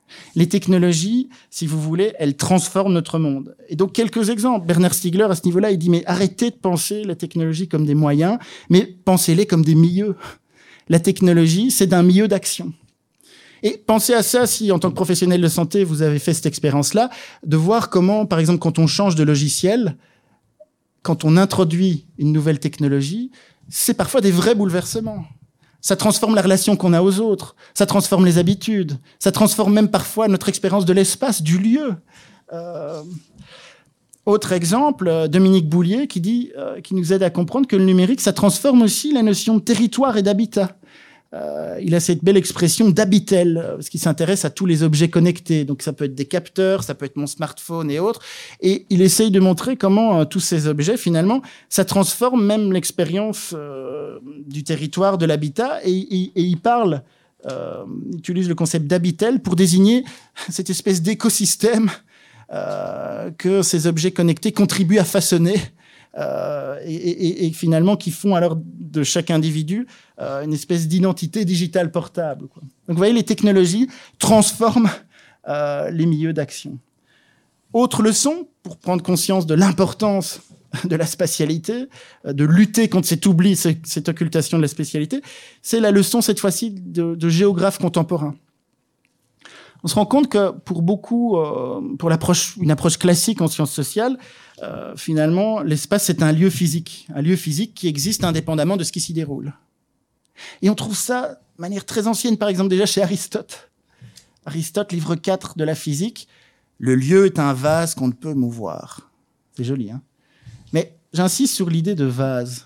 Les technologies, si vous voulez, elles transforment notre monde. Et donc, quelques exemples. Bernard Stiegler, à ce niveau-là, il dit, mais arrêtez de penser la technologie comme des moyens, mais pensez-les comme des milieux. La technologie, c'est d'un milieu d'action. Et pensez à ça si, en tant que professionnel de santé, vous avez fait cette expérience-là, de voir comment, par exemple, quand on change de logiciel, quand on introduit une nouvelle technologie, c'est parfois des vrais bouleversements. Ça transforme la relation qu'on a aux autres, ça transforme les habitudes, ça transforme même parfois notre expérience de l'espace, du lieu. Euh... Autre exemple, Dominique Boulier qui dit, euh, qui nous aide à comprendre que le numérique, ça transforme aussi la notion de territoire et d'habitat. Euh, il a cette belle expression d'habitel, parce qu'il s'intéresse à tous les objets connectés. Donc ça peut être des capteurs, ça peut être mon smartphone et autres. Et il essaye de montrer comment euh, tous ces objets, finalement, ça transforme même l'expérience euh, du territoire, de l'habitat. Et, et, et il parle, euh, il utilise le concept d'habitel pour désigner cette espèce d'écosystème euh, que ces objets connectés contribuent à façonner. Euh, et, et, et finalement qui font alors de chaque individu euh, une espèce d'identité digitale portable, quoi. Donc vous voyez, les technologies transforment euh, les milieux d'action. Autre leçon, pour prendre conscience de l'importance de la spatialité, euh, de lutter contre cet oubli, cette, cette occultation de la spatialité, c'est la leçon cette fois-ci de, de géographes contemporains. On se rend compte que pour beaucoup, euh, pour l'approche, une approche classique en sciences sociales, euh, finalement, l'espace, c'est un lieu physique. Un lieu physique qui existe indépendamment de ce qui s'y déroule. Et on trouve ça de manière très ancienne, par exemple, déjà chez Aristote. Aristote, livre quatre de la physique, « Le lieu est un vase qu'on ne peut mouvoir ». C'est joli, hein? Mais j'insiste sur l'idée de vase.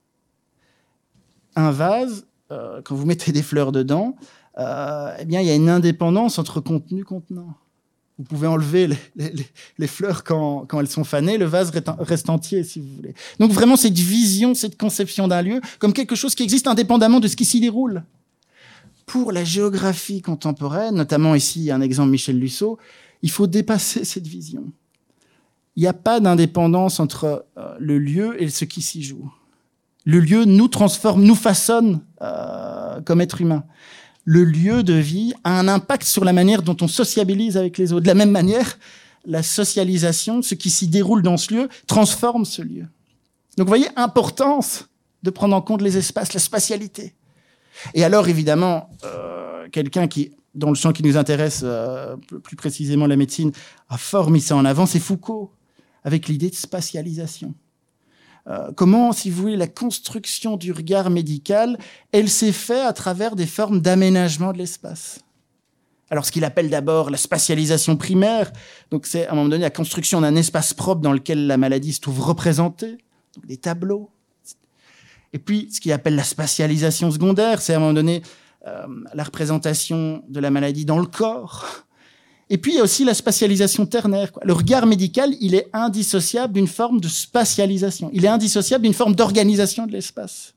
Un vase, euh, quand vous mettez des fleurs dedans, Euh, eh bien, il y a une indépendance entre contenu et contenant. Vous pouvez enlever les, les, les fleurs quand, quand elles sont fanées, le vase reste entier, si vous voulez. Donc vraiment, cette vision, cette conception d'un lieu comme quelque chose qui existe indépendamment de ce qui s'y déroule. Pour la géographie contemporaine, notamment ici un exemple Michel Lusseau, il faut dépasser cette vision. Il n'y a pas d'indépendance entre euh, le lieu et ce qui s'y joue. Le lieu nous transforme, nous façonne euh, comme être humain. Le lieu de vie a un impact sur la manière dont on sociabilise avec les autres. De la même manière, la socialisation, ce qui s'y déroule dans ce lieu, transforme ce lieu. Donc, vous voyez, importance de prendre en compte les espaces, la spatialité. Et alors, évidemment, euh, quelqu'un qui, dans le champ qui nous intéresse, euh, plus précisément la médecine, a fort mis ça en avant, c'est Foucault, avec l'idée de spatialisation. Euh, comment, si vous voulez, la construction du regard médical, elle s'est faite à travers des formes d'aménagement de l'espace. Alors, ce qu'il appelle d'abord la spatialisation primaire, donc c'est à un moment donné la construction d'un espace propre dans lequel la maladie se trouve représentée, donc des tableaux. Et puis, ce qu'il appelle la spatialisation secondaire, c'est à un moment donné euh, la représentation de la maladie dans le corps. Et puis, il y a aussi la spatialisation ternaire, quoi. Le regard médical, il est indissociable d'une forme de spatialisation. Il est indissociable d'une forme d'organisation de l'espace.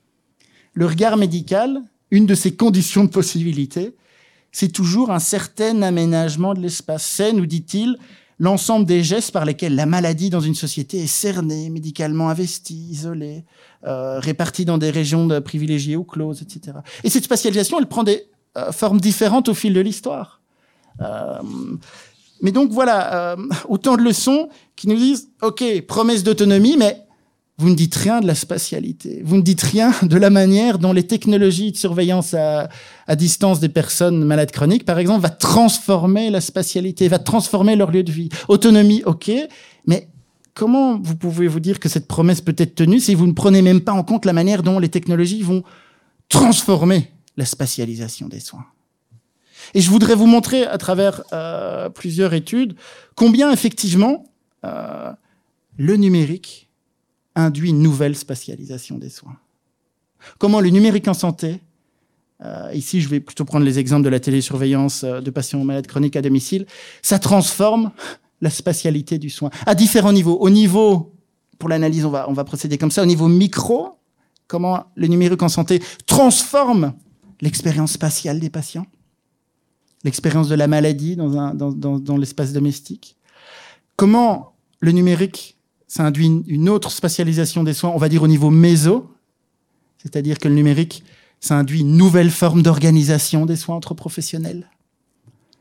Le regard médical, une de ses conditions de possibilité, c'est toujours un certain aménagement de l'espace. C'est, nous dit-il, l'ensemble des gestes par lesquels la maladie dans une société est cernée, médicalement investie, isolée, euh, répartie dans des régions de privilégiées ou closes, et cetera. Et cette spatialisation, elle prend des euh, formes différentes au fil de l'histoire. Euh, mais donc voilà, euh, autant de leçons qui nous disent, ok, promesse d'autonomie, mais vous ne dites rien de la spatialité, vous ne dites rien de la manière dont les technologies de surveillance à, à distance des personnes malades chroniques, par exemple, va transformer la spatialité, va transformer leur lieu de vie. Autonomie, ok, mais comment vous pouvez vous dire que cette promesse peut être tenue si vous ne prenez même pas en compte la manière dont les technologies vont transformer la spatialisation des soins? Et je voudrais vous montrer à travers euh, plusieurs études combien effectivement euh, le numérique induit une nouvelle spatialisation des soins. Comment le numérique en santé, euh, ici je vais plutôt prendre les exemples de la télésurveillance euh, de patients malades chroniques à domicile, ça transforme la spatialité du soin à différents niveaux. Au niveau, pour l'analyse, on va, on va procéder comme ça, au niveau micro, comment le numérique en santé transforme l'expérience spatiale des patients, l'expérience de la maladie dans, un, dans, dans, dans l'espace domestique. Comment le numérique, ça induit une, une autre spatialisation des soins, on va dire au niveau méso, c'est-à-dire que le numérique, ça induit une nouvelle forme d'organisation des soins entre professionnels.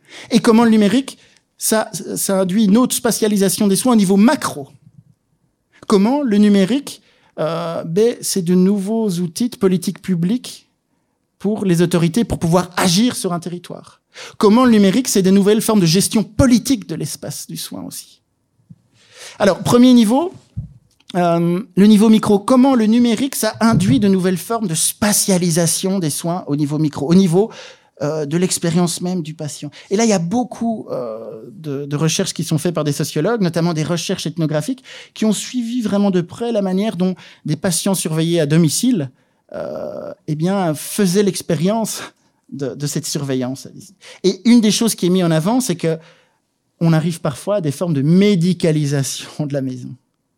Et comment le numérique, ça, ça induit une autre spatialisation des soins au niveau macro. Comment le numérique, euh, ben, c'est de nouveaux outils de politique publique pour les autorités pour pouvoir agir sur un territoire. Comment le numérique, c'est des nouvelles formes de gestion politique de l'espace du soin aussi. Alors, premier niveau, euh, le niveau micro. Comment le numérique, ça induit de nouvelles formes de spatialisation des soins au niveau micro, au niveau euh, de l'expérience même du patient. Et là, il y a beaucoup euh, de, de recherches qui sont faites par des sociologues, notamment des recherches ethnographiques, qui ont suivi vraiment de près la manière dont des patients surveillés à domicile euh, eh bien, faisaient l'expérience de, de cette surveillance. Et une des choses qui est mise en avant, c'est que on arrive parfois à des formes de médicalisation de la maison.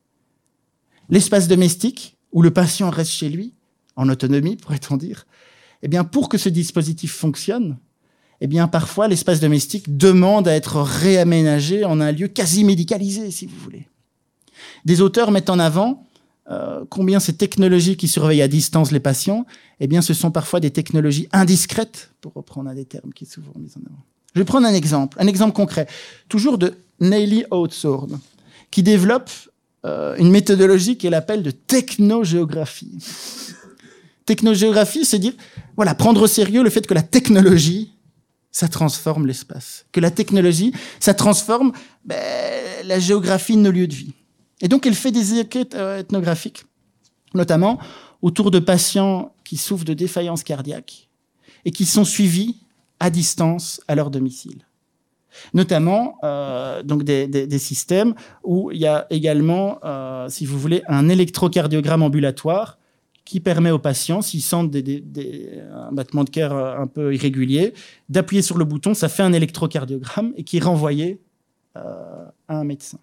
L'espace domestique, où le patient reste chez lui, en autonomie, pourrait-on dire, eh bien, pour que ce dispositif fonctionne, eh bien, parfois, l'espace domestique demande à être réaménagé en un lieu quasi médicalisé, si vous voulez. Des auteurs mettent en avant euh, combien ces technologies qui surveillent à distance les patients, eh bien, ce sont parfois des technologies indiscrètes, pour reprendre un des termes qui est souvent mis en avant. Je vais prendre un exemple, un exemple concret, toujours de Nelly Outsworth, qui développe euh, une méthodologie qu'elle appelle de technogéographie. Technogéographie, c'est dire, voilà, prendre au sérieux le fait que la technologie, ça transforme l'espace. Que la technologie, ça transforme ben, la géographie de nos lieux de vie. Et donc, elle fait des enquêtes euh, ethnographiques, notamment autour de patients qui souffrent de défaillance cardiaque et qui sont suivis à distance à leur domicile. Notamment euh, donc des, des, des systèmes où il y a également, euh, si vous voulez, un électrocardiogramme ambulatoire qui permet aux patients, s'ils sentent des, des, des, un battement de cœur un peu irrégulier, d'appuyer sur le bouton, ça fait un électrocardiogramme et qui est renvoyé euh, à un médecin.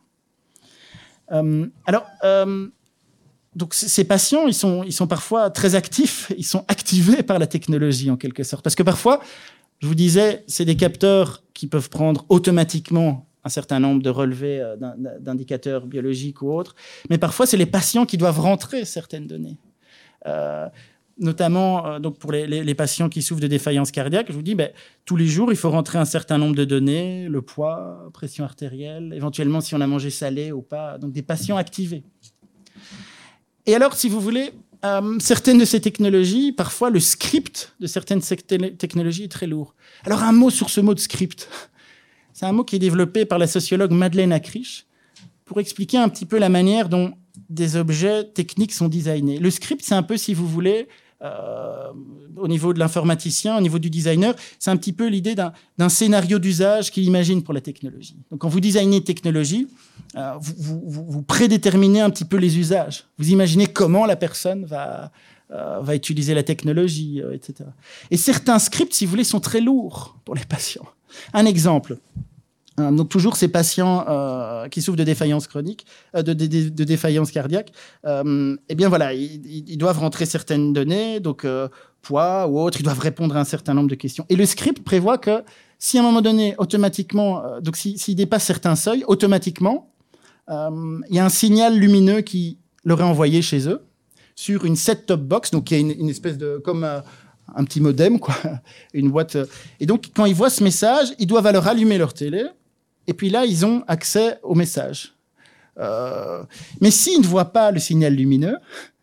Euh, alors, euh, donc ces patients, ils sont, ils sont parfois très actifs, ils sont activés par la technologie en quelque sorte, parce que parfois, je vous disais, c'est des capteurs qui peuvent prendre automatiquement un certain nombre de relevés d'indicateurs biologiques ou autres, mais parfois, c'est les patients qui doivent rentrer certaines données. Euh, notamment euh, donc pour les, les, les patients qui souffrent de défaillance cardiaque, je vous dis, ben, tous les jours, il faut rentrer un certain nombre de données, le poids, pression artérielle, éventuellement si on a mangé salé ou pas, donc des patients activés. Et alors, si vous voulez, Euh, certaines de ces technologies, parfois le script de certaines technologies est très lourd. Alors un mot sur ce mot de script. C'est un mot qui est développé par la sociologue Madeleine Akrich pour expliquer un petit peu la manière dont des objets techniques sont designés. Le script, c'est un peu, si vous voulez, euh, au niveau de l'informaticien, au niveau du designer, c'est un petit peu l'idée d'un, d'un scénario d'usage qu'il imagine pour la technologie. Donc quand vous designez une technologie, euh, vous, vous, vous prédéterminez un petit peu les usages. Vous imaginez comment la personne va, euh, va utiliser la technologie, euh, et cetera. Et certains scripts, si vous voulez, sont très lourds pour les patients. Un exemple. Euh, donc toujours ces patients euh, qui souffrent de défaillance chronique, euh, de, de, de, de défaillance cardiaque, euh, eh bien voilà, ils, ils doivent rentrer certaines données, donc euh, poids ou autre, ils doivent répondre à un certain nombre de questions. Et le script prévoit que si à un moment donné, automatiquement, euh, donc s'ils si, si dépassent certains seuils, automatiquement, euh, il y a un signal lumineux qui leur est envoyé chez eux sur une set-top box, donc il y a une, une espèce de comme euh, un petit modem, quoi, une boîte. Euh, et donc quand ils voient ce message, ils doivent alors allumer leur télé. Et puis là, ils ont accès au message. Euh, mais s'ils ne voient pas le signal lumineux,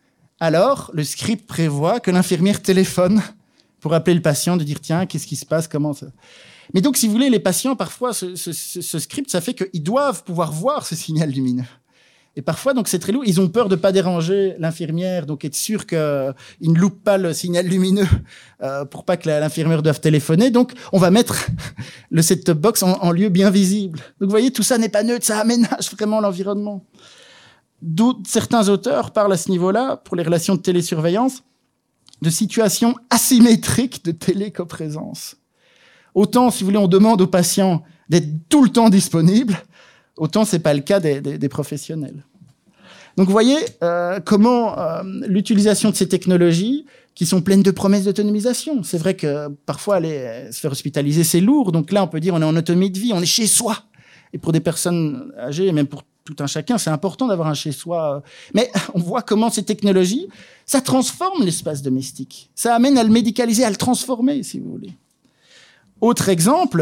alors le script prévoit que l'infirmière téléphone pour appeler le patient, de dire « Tiens, qu'est-ce qui se passe, comment ça ?» Mais donc, si vous voulez, les patients, parfois, ce, ce, ce script, ça fait qu'ils doivent pouvoir voir ce signal lumineux. Et parfois, donc, c'est très lourd. Ils ont peur de ne pas déranger l'infirmière, donc être sûr qu'ils ne loupent pas le signal lumineux euh, pour pas que la, l'infirmière doive téléphoner. Donc, on va mettre le set-top box en, en lieu bien visible. Donc, vous voyez, tout ça n'est pas neutre, ça aménage vraiment l'environnement. D'autres, certains auteurs parlent à ce niveau-là, pour les relations de télésurveillance, de situations asymétriques de télécoprésence. Autant, si vous voulez, on demande aux patients d'être tout le temps disponibles, autant c'est pas le cas des, des, des professionnels. Donc vous voyez euh, comment euh, l'utilisation de ces technologies qui sont pleines de promesses d'autonomisation. C'est vrai que parfois aller se faire hospitaliser c'est lourd, donc là on peut dire on est en autonomie de vie, on est chez soi. Et pour des personnes âgées, et même pour tout un chacun, c'est important d'avoir un chez soi. Mais on voit comment ces technologies, ça transforme l'espace domestique. Ça amène à le médicaliser, à le transformer, si vous voulez. Autre exemple,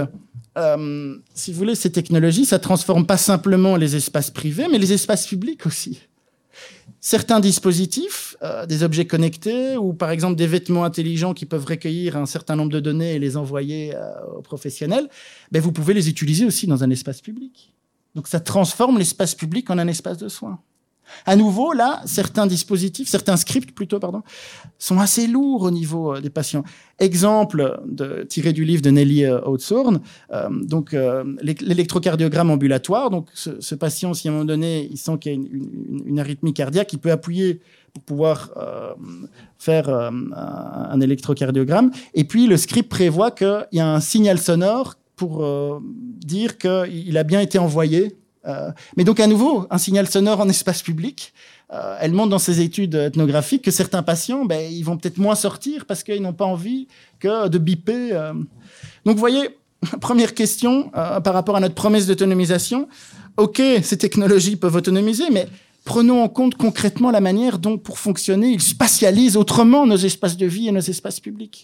euh, si vous voulez, ces technologies, ça transforme pas simplement les espaces privés, mais les espaces publics aussi. Certains dispositifs, euh, des objets connectés ou par exemple des vêtements intelligents qui peuvent recueillir un certain nombre de données et les envoyer euh, aux professionnels, ben, vous pouvez les utiliser aussi dans un espace public. Donc ça transforme l'espace public en un espace de soins. À nouveau, là, certains dispositifs, certains scripts plutôt, pardon, sont assez lourds au niveau euh, des patients. Exemple de, tiré du livre de Nelly euh, Hawthorne, euh, donc euh, l'électrocardiogramme ambulatoire. Donc, ce, ce patient, si à un moment donné, il sent qu'il y a une, une, une arythmie cardiaque, il peut appuyer pour pouvoir euh, faire euh, un, un électrocardiogramme. Et puis, le script prévoit qu'il y a un signal sonore pour euh, dire qu'il a bien été envoyé. Euh, mais donc, à nouveau, un signal sonore en espace public. Euh, elle montre dans ses études ethnographiques que certains patients, ben, ils vont peut-être moins sortir parce qu'ils n'ont pas envie que de biper. Euh. Donc, vous voyez, première question euh, par rapport à notre promesse d'autonomisation. OK, ces technologies peuvent autonomiser, mais prenons en compte concrètement la manière dont, pour fonctionner, ils spatialisent autrement nos espaces de vie et nos espaces publics.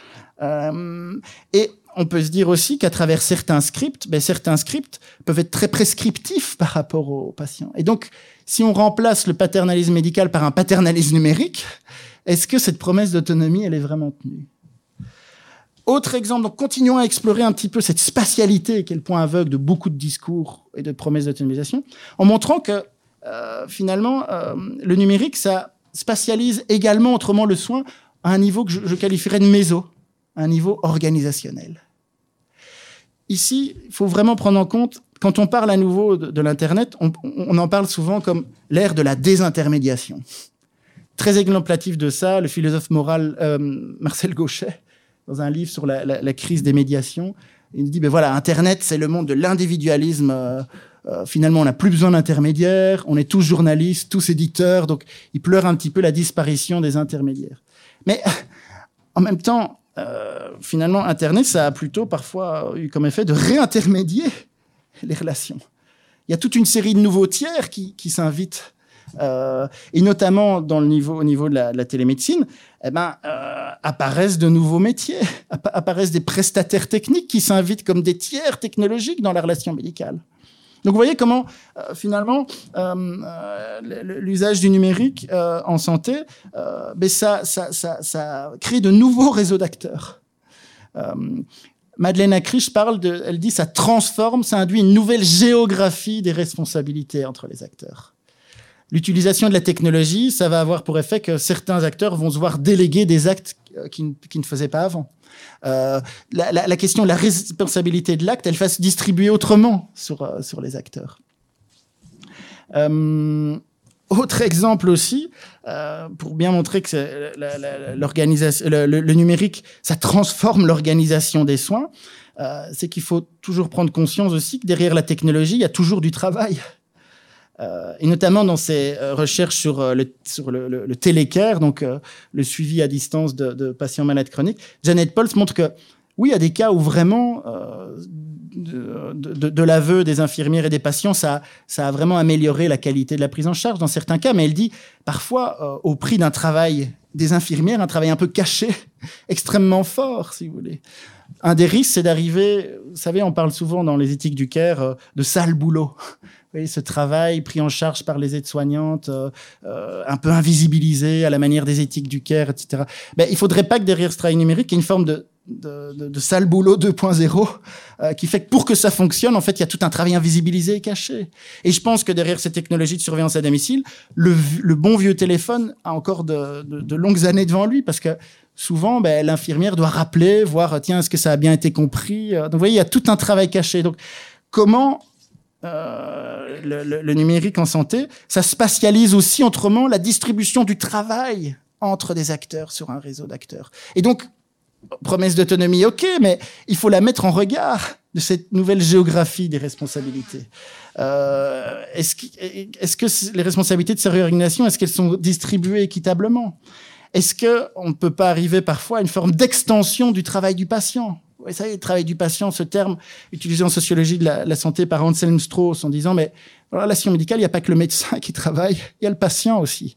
Euh, et on peut se dire aussi qu'à travers certains scripts, ben, certains scripts peuvent être très prescriptifs par rapport aux patients. Et donc, si on remplace le paternalisme médical par un paternalisme numérique, est-ce que cette promesse d'autonomie, elle est vraiment tenue ? Autre exemple, donc continuons à explorer un petit peu cette spatialité qui est le point aveugle de beaucoup de discours et de promesses d'autonomisation, en montrant que euh, finalement, euh, le numérique, ça spatialise également autrement le soin à un niveau que je, je qualifierais de méso, à un niveau organisationnel. Ici, il faut vraiment prendre en compte, quand on parle à nouveau de, de l'Internet, on, on en parle souvent comme l'ère de la désintermédiation. Très exemplatif de ça, le philosophe moral euh, Marcel Gauchet, dans un livre sur la, la, la crise des médiations, il dit, ben voilà, Internet, c'est le monde de l'individualisme. Euh, euh, finalement, on n'a plus besoin d'intermédiaires, on est tous journalistes, tous éditeurs, donc il pleure un petit peu la disparition des intermédiaires. Mais en même temps, Euh, finalement, Internet, ça a plutôt parfois eu comme effet de réintermédier les relations. Il y a toute une série de nouveaux tiers qui, qui s'invitent, euh, et notamment dans le niveau, au niveau de la, de la télémédecine, eh ben, euh, apparaissent de nouveaux métiers, app- apparaissent des prestataires techniques qui s'invitent comme des tiers technologiques dans la relation médicale. Donc, vous voyez comment, euh, finalement, euh, euh, l'usage du numérique euh, en santé, euh, ben ça, ça, ça, ça crée de nouveaux réseaux d'acteurs. Euh, Madeleine Acriche parle de, elle dit, ça transforme, ça induit une nouvelle géographie des responsabilités entre les acteurs. L'utilisation de la technologie, ça va avoir pour effet que certains acteurs vont se voir déléguer des actes qui ne, qui ne faisaient pas avant. Euh, la, la, la question de la responsabilité de l'acte, elle va se distribuer autrement sur, euh, sur les acteurs. Euh, autre exemple aussi, euh, pour bien montrer que la, la, l'organisation, le, le, le numérique, ça transforme l'organisation des soins, euh, c'est qu'il faut toujours prendre conscience aussi que derrière la technologie, il y a toujours du travail. Euh, et notamment dans ses euh, recherches sur, euh, le, sur le, le, le télécare, donc euh, le suivi à distance de, de patients malades chroniques, Janet Pauls montre que oui, il y a des cas où vraiment, euh, de, de, de l'aveu des infirmières et des patients, ça, ça a vraiment amélioré la qualité de la prise en charge dans certains cas, mais elle dit parfois euh, au prix d'un travail des infirmières, un travail un peu caché, extrêmement fort, si vous voulez. Un des risques, c'est d'arriver, vous savez, on parle souvent dans les éthiques du care euh, de sale boulot. Vous voyez, ce travail pris en charge par les aides-soignantes, euh, euh, un peu invisibilisé à la manière des éthiques du care, et cetera. Ben, il ne faudrait pas que derrière ce travail numérique, il y ait une forme de, de, de, de sale boulot deux point zéro euh, qui fait que pour que ça fonctionne, en fait, il y a tout un travail invisibilisé et caché. Et je pense que derrière ces technologies de surveillance à domicile, le, le bon vieux téléphone a encore de, de, de longues années devant lui parce que souvent, ben, l'infirmière doit rappeler, voir, tiens, est-ce que ça a bien été compris? Donc, vous voyez, il y a tout un travail caché. Donc, comment euh, le, le, le numérique en santé, ça spatialise aussi autrement la distribution du travail entre des acteurs sur un réseau d'acteurs. Et donc, promesse d'autonomie, ok, mais il faut la mettre en regard de cette nouvelle géographie des responsabilités. Euh, est-ce que, est-ce que les responsabilités de ces réorganisations, est-ce qu'elles sont distribuées équitablement? Est-ce qu'on ne peut pas arriver parfois à une forme d'extension du travail du patient? Vous savez, le travail du patient, ce terme utilisé en sociologie de la, la santé par Anselm Strauss en disant, mais dans la relation médicale, il n'y a pas que le médecin qui travaille, il y a le patient aussi.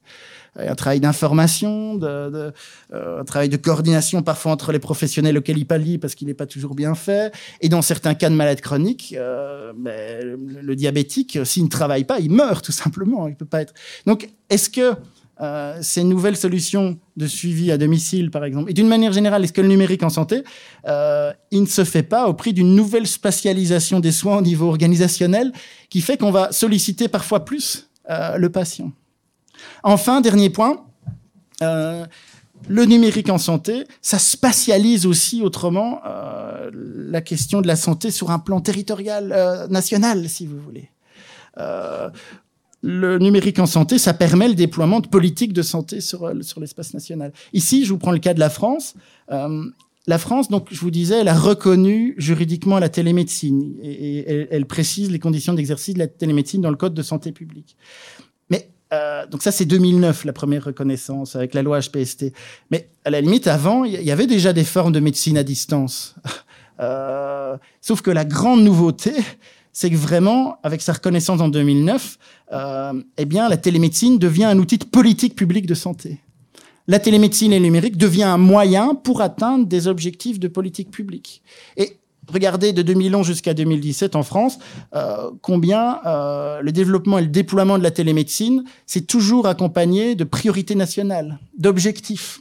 un travail d'information, de, de, euh, un travail de coordination parfois entre les professionnels auxquels il pallie parce qu'il n'est pas toujours bien fait. Et dans certains cas de malades chroniques, euh, ben, le, le diabétique, s'il ne travaille pas, il meurt tout simplement. Il peut pas être. Donc, est-ce que euh, ces nouvelles solutions de suivi à domicile, par exemple, et d'une manière générale, est-ce que le numérique en santé, euh, il ne se fait pas au prix d'une nouvelle spatialisation des soins au niveau organisationnel qui fait qu'on va solliciter parfois plus euh, le patient? Enfin, dernier point, euh, le numérique en santé, ça spatialise aussi autrement euh, la question de la santé sur un plan territorial, euh, national, si vous voulez. Euh, le numérique en santé, ça permet le déploiement de politiques de santé sur, sur l'espace national. Ici, je vous prends le cas de la France. Euh, la France, donc, je vous disais, elle a reconnu juridiquement la télémédecine et, et elle, elle précise les conditions d'exercice de la télémédecine dans le Code de santé publique. Mais Euh, donc ça, c'est deux mille neuf, la première reconnaissance avec la loi H P S T. Mais à la limite, avant, il y avait déjà des formes de médecine à distance. Euh, sauf que la grande nouveauté, c'est que vraiment, avec sa reconnaissance en deux mille neuf, euh, eh bien, la télémédecine devient un outil de politique publique de santé. La télémédecine et le numérique devient un moyen pour atteindre des objectifs de politique publique. Et regardez, de deux mille onze jusqu'à deux mille dix-sept en France, euh, combien euh, le développement et le déploiement de la télémédecine, c'est toujours accompagné de priorités nationales, d'objectifs.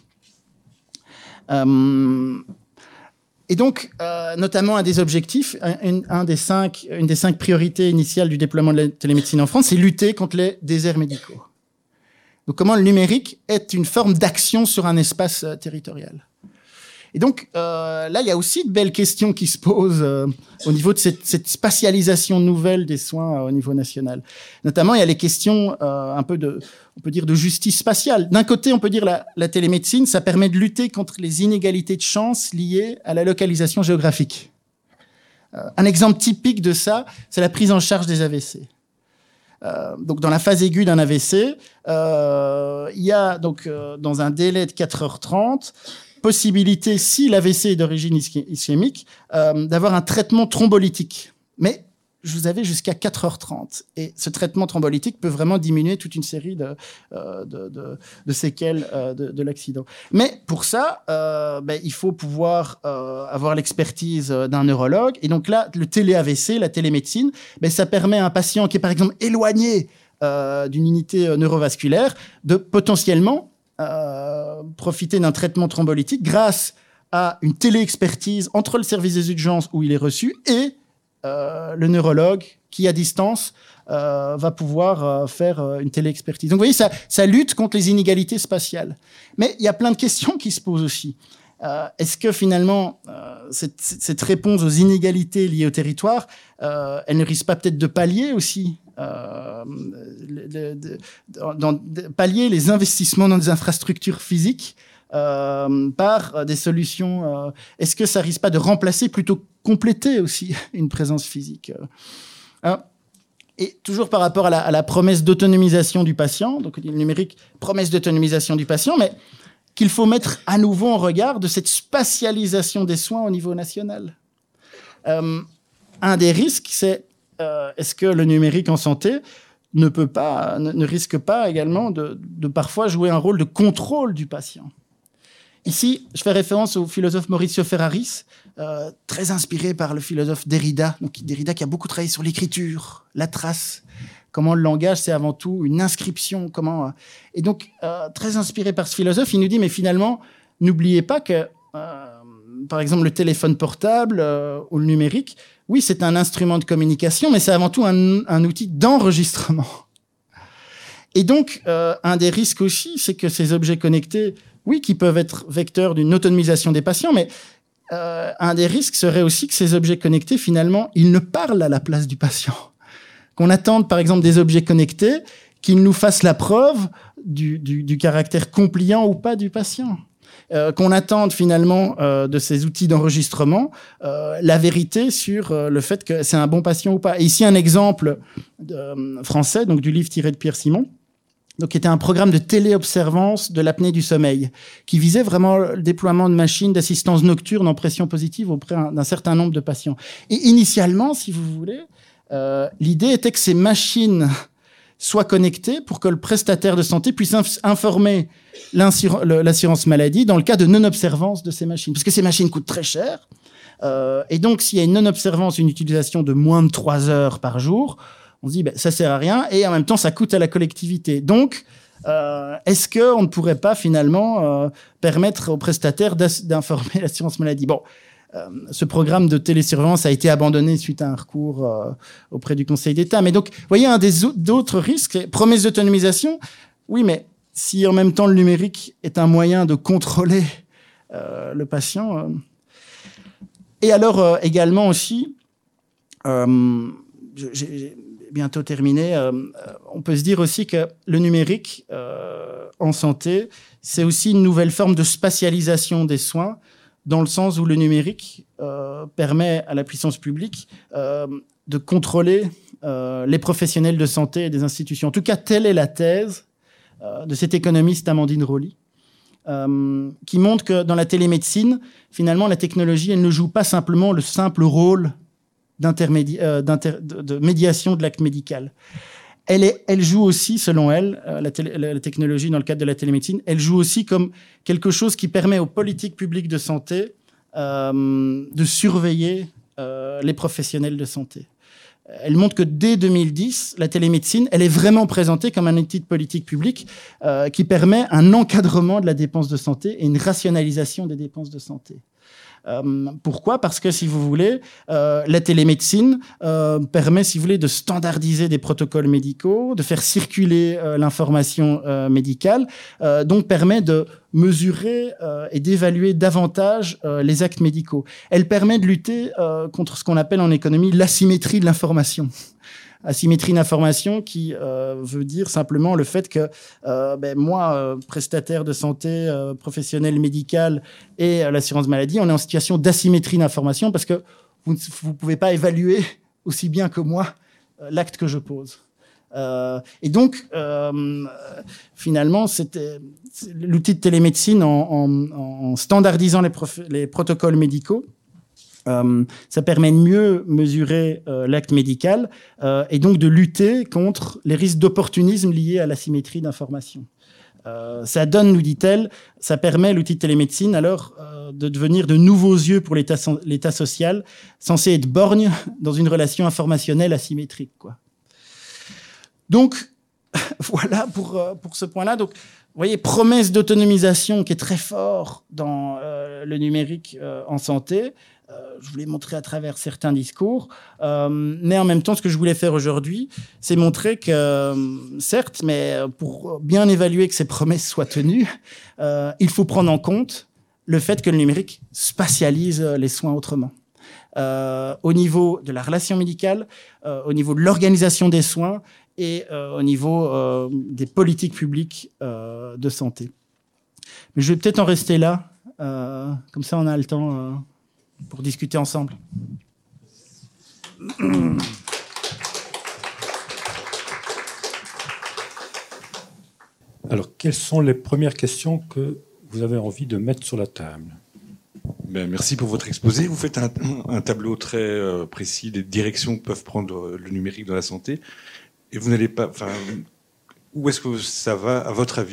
Euh, et donc, euh, notamment, un des objectifs, un, un des cinq, une des cinq priorités initiales du déploiement de la télémédecine en France, c'est lutter contre les déserts médicaux. Donc, comment le numérique est une forme d'action sur un espace euh, territorial. Et donc, euh, là, il y a aussi de belles questions qui se posent euh, au niveau de cette, cette spatialisation nouvelle des soins euh, au niveau national. Notamment, il y a les questions euh, un peu de, on peut dire, de justice spatiale. D'un côté, on peut dire la, la télémédecine, ça permet de lutter contre les inégalités de chance liées à la localisation géographique. Euh, un exemple typique de ça, c'est la prise en charge des A V C. Euh, donc, dans la phase aiguë d'un A V C, euh, il y a donc euh, dans un délai de quatre heures trente, possibilité, si l'A V C est d'origine ischémique, euh, d'avoir un traitement thrombolytique. Mais je vous avais jusqu'à quatre heures trente. Et ce traitement thrombolytique peut vraiment diminuer toute une série de, euh, de, de, de séquelles euh, de, de l'accident. Mais pour ça, euh, ben, il faut pouvoir euh, avoir l'expertise d'un neurologue. Et donc là, le télé-A V C, la télémédecine, ben, ça permet à un patient qui est par exemple éloigné euh, d'une unité neurovasculaire de potentiellement Euh, profiter d'un traitement thrombolytique grâce à une télé-expertise entre le service des urgences où il est reçu et euh, le neurologue qui, à distance, euh, va pouvoir euh, faire euh, une télé-expertise. Donc, vous voyez, ça, ça lutte contre les inégalités spatiales. Mais il y a plein de questions qui se posent aussi. Euh, est-ce que, finalement, euh, cette, cette réponse aux inégalités liées au territoire, euh, elle ne risque pas peut-être de pallier aussi Euh, de, de, dans, de, pallier les investissements dans des infrastructures physiques euh, par des solutions. Euh, est-ce que ça risque pas de remplacer, plutôt compléter aussi une présence physique euh, Et toujours par rapport à la, à la promesse d'autonomisation du patient, donc le numérique, promesse d'autonomisation du patient, mais qu'il faut mettre à nouveau en regard de cette spatialisation des soins au niveau national. Euh, un des risques, c'est Euh, est-ce que le numérique en santé ne peut pas, ne, ne risque pas également de, de parfois jouer un rôle de contrôle du patient? Ici, je fais référence au philosophe Maurizio Ferraris, euh, très inspiré par le philosophe Derrida. Donc Derrida qui a beaucoup travaillé sur l'écriture, la trace, comment le langage, c'est avant tout une inscription. Comment, et donc, euh, très inspiré par ce philosophe, il nous dit, mais finalement, n'oubliez pas que, euh, par exemple, le téléphone portable euh, ou le numérique, oui, c'est un instrument de communication, mais c'est avant tout un, un outil d'enregistrement. Et donc, euh, un des risques aussi, c'est que ces objets connectés, oui, qui peuvent être vecteurs d'une autonomisation des patients, mais euh, un des risques serait aussi que ces objets connectés, finalement, ils ne parlent à la place du patient. Qu'on attende, par exemple, des objets connectés qu'ils nous fassent la preuve du, du, du caractère compliant ou pas du patient. Euh, qu'on attende finalement euh, de ces outils d'enregistrement euh, la vérité sur euh, le fait que c'est un bon patient ou pas. Et ici, un exemple de, euh, français, donc du livre tiré de Pierre Simon, donc, qui était un programme de téléobservance de l'apnée du sommeil, qui visait vraiment le déploiement de machines d'assistance nocturne en pression positive auprès d'un certain nombre de patients. Et initialement, si vous voulez, euh, l'idée était que ces machines soient connectés pour que le prestataire de santé puisse inf- informer l'assurance maladie dans le cas de non-observance de ces machines. Parce que ces machines coûtent très cher. Euh, et donc, s'il y a une non-observance, une utilisation de moins de trois heures par jour, on se dit, ben, ça sert à rien. Et en même temps, ça coûte à la collectivité. Donc, euh, est-ce qu'on ne pourrait pas finalement euh, permettre aux prestataires d'informer l'assurance maladie? Bon, euh, ce programme de télésurveillance a été abandonné suite à un recours euh, auprès du Conseil d'État. Mais donc, vous voyez, un des d'autres risques, promesse d'autonomisation, oui, mais si en même temps le numérique est un moyen de contrôler euh, le patient... Euh... Et alors, euh, également aussi, euh, j'ai bientôt terminé, euh, on peut se dire aussi que le numérique euh, en santé, c'est aussi une nouvelle forme de spatialisation des soins, dans le sens où le numérique euh, permet à la puissance publique euh, de contrôler euh, les professionnels de santé et des institutions. En tout cas, telle est la thèse euh, de cette économiste Amandine Rowley, euh, qui montre que dans la télémédecine, finalement, la technologie, elle ne joue pas simplement le simple rôle euh, de, de médiation de l'acte médical. Elle, est, elle joue aussi, selon elle, euh, la, télé, la technologie dans le cadre de la télémédecine, elle joue aussi comme quelque chose qui permet aux politiques publiques de santé euh, de surveiller euh, les professionnels de santé. Elle montre que dès deux mille dix, la télémédecine, elle est vraiment présentée comme un outil de politique publique euh, qui permet un encadrement de la dépense de santé et une rationalisation des dépenses de santé. Euh, pourquoi ? Parce que, si vous voulez, euh, la télémédecine euh, permet, si vous voulez, de standardiser des protocoles médicaux, de faire circuler euh, l'information euh, médicale, euh, donc permet de mesurer euh, et d'évaluer davantage euh, les actes médicaux. Elle permet de lutter euh, contre ce qu'on appelle en économie l'asymétrie de l'information. Asymétrie d'information qui euh, veut dire simplement le fait que euh, ben, moi, euh, prestataire de santé, euh, professionnel médical et euh, l'assurance maladie, on est en situation d'asymétrie d'information parce que vous ne pouvez pas évaluer aussi bien que moi euh, l'acte que je pose. Euh, et donc, euh, finalement, c'était l'outil de télémédecine en, en, en standardisant les, les protocoles médicaux. Euh, ça permet de mieux mesurer euh, l'acte médical euh, et donc de lutter contre les risques d'opportunisme liés à l'asymétrie d'information. Euh, ça donne, nous dit-elle, ça permet l'outil de télémédecine alors euh, de devenir de nouveaux yeux pour l'état, l'état social, censé être borgne dans une relation informationnelle asymétrique, quoi. Donc, voilà pour, euh, pour ce point-là. Donc, vous voyez, promesse d'autonomisation qui est très fort dans euh, le numérique euh, en santé. Euh, je vous l'ai montré à travers certains discours. Euh, mais en même temps, ce que je voulais faire aujourd'hui, c'est montrer que, euh, certes, mais pour bien évaluer que ces promesses soient tenues, euh, il faut prendre en compte le fait que le numérique spatialise les soins autrement. Euh, au niveau de la relation médicale, euh, au niveau de l'organisation des soins et euh, au niveau euh, des politiques publiques euh, de santé. Mais je vais peut-être en rester là, euh, comme ça on a le temps euh, pour discuter ensemble. Alors, quelles sont les premières questions que vous avez envie de mettre sur la table ? Ben, merci pour votre exposé. Vous faites un, un tableau très euh, précis des directions que peuvent prendre le numérique dans la santé. Et vous n'allez pas... Enfin, où est-ce que ça va, à votre avis ?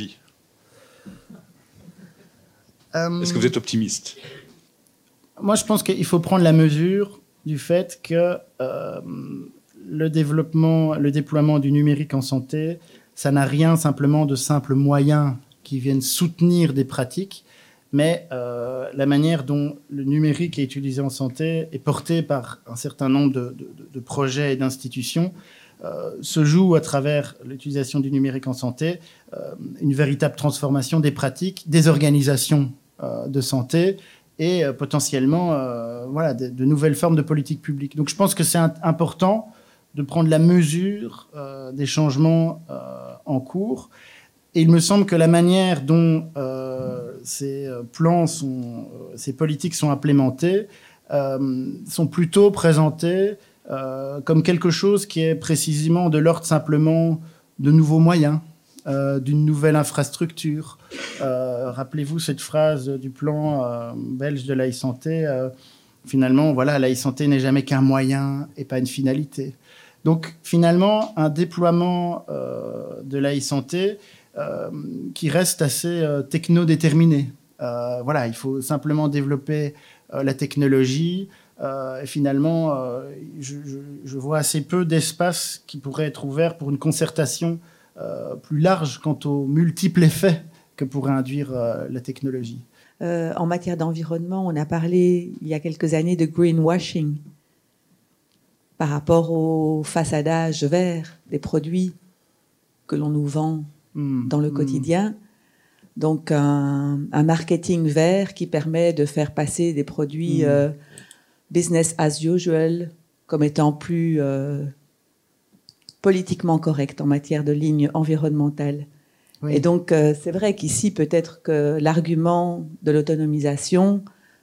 euh, Est-ce que vous êtes optimiste ? Moi, je pense qu'il faut prendre la mesure du fait que euh, le développement, le déploiement du numérique en santé, ça n'a rien simplement de simples moyens qui viennent soutenir des pratiques, mais euh, la manière dont le numérique est utilisé en santé est porté par un certain nombre de, de, de projets et d'institutions, euh, se joue à travers l'utilisation du numérique en santé euh, une véritable transformation des pratiques, des organisations euh, de santé et euh, potentiellement euh, voilà, de, de nouvelles formes de politique publique. Donc je pense que c'est un, important de prendre la mesure euh, des changements euh, en cours. Et il me semble que la manière dont euh, ces plans, sont, euh, ces politiques sont implémentées euh, sont plutôt présentées euh, comme quelque chose qui est précisément de l'ordre simplement de nouveaux moyens, euh, d'une nouvelle infrastructure. Euh, rappelez-vous cette phrase du plan euh, belge de l'e-santé. Euh, finalement, voilà, l'e-santé n'est jamais qu'un moyen et pas une finalité. Donc finalement, un déploiement euh, de la e-santé euh, qui reste assez euh, techno-déterminé. Euh, voilà, il faut simplement développer euh, la technologie. Euh, et finalement, euh, je, je, je vois assez peu d'espace qui pourrait être ouvert pour une concertation euh, plus large quant aux multiples effets que pourrait induire euh, la technologie. Euh, en matière d'environnement, on a parlé il y a quelques années de greenwashing par rapport au façadage vert des produits que l'on nous vend mmh, dans le mmh. quotidien. Donc un, un marketing vert qui permet de faire passer des produits mmh. euh, business as usual comme étant plus euh, politiquement correct en matière de ligne environnementale. Oui. Et donc euh, c'est vrai qu'ici peut-être que l'argument de l'autonomisation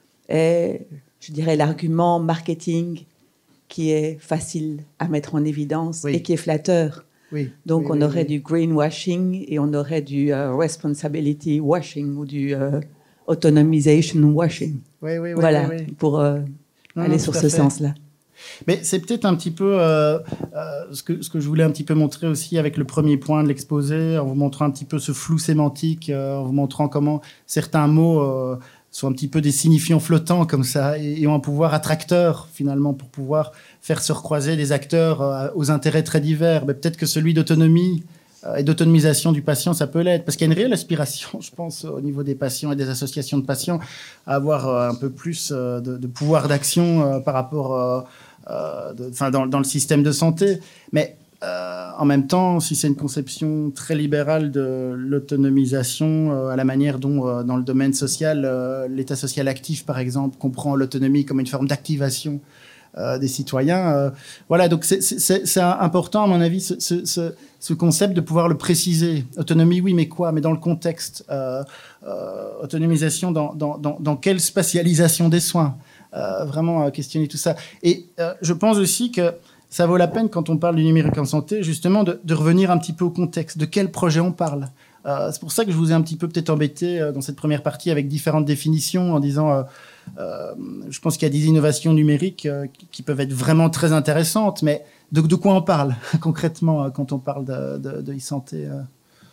est, je dirais, l'argument marketing qui est facile à mettre en évidence oui. et qui est flatteur. Oui. Donc, oui, on oui, aurait oui. du greenwashing et on aurait du uh, responsibility washing ou du uh, autonomization washing. Oui, oui, oui. Voilà, oui, oui. pour uh, non, aller non, sur ce fait. sens-là. Mais c'est peut-être un petit peu euh, euh, ce, que, ce que je voulais un petit peu montrer aussi avec le premier point de l'exposé, en vous montrant un petit peu ce flou sémantique, euh, en vous montrant comment certains mots euh, sont un petit peu des signifiants flottants comme ça et, et ont un pouvoir attracteur finalement pour pouvoir faire se recroiser des acteurs euh, aux intérêts très divers. Mais peut-être que celui d'autonomie euh, et d'autonomisation du patient, ça peut l'être. Parce qu'il y a une réelle aspiration, je pense, au niveau des patients et des associations de patients, à avoir euh, un peu plus euh, de, de pouvoir d'action euh, par rapport, euh, euh, de, enfin, dans, dans le système de santé. Mais euh, en même temps, si c'est une conception très libérale de l'autonomisation, euh, à la manière dont, euh, dans le domaine social, euh, l'État social actif, par exemple, comprend l'autonomie comme une forme d'activation Euh, des citoyens. Euh, voilà, donc c'est, c'est, c'est important, à mon avis, ce, ce, ce concept de pouvoir le préciser. Autonomie, oui, mais quoi ? Mais dans le contexte. Euh, euh, autonomisation, dans, dans, dans, dans quelle spatialisation des soins ? euh, Vraiment euh, questionner tout ça. Et euh, je pense aussi que ça vaut la peine, quand on parle du numérique en santé, justement, de, de revenir un petit peu au contexte. De quel projet on parle ? Euh, c'est pour ça que je vous ai un petit peu peut-être embêté euh, dans cette première partie avec différentes définitions en disant, euh, euh, je pense qu'il y a des innovations numériques euh, qui, qui peuvent être vraiment très intéressantes, mais de, de quoi on parle concrètement euh, quand on parle de, de, de e-santé euh.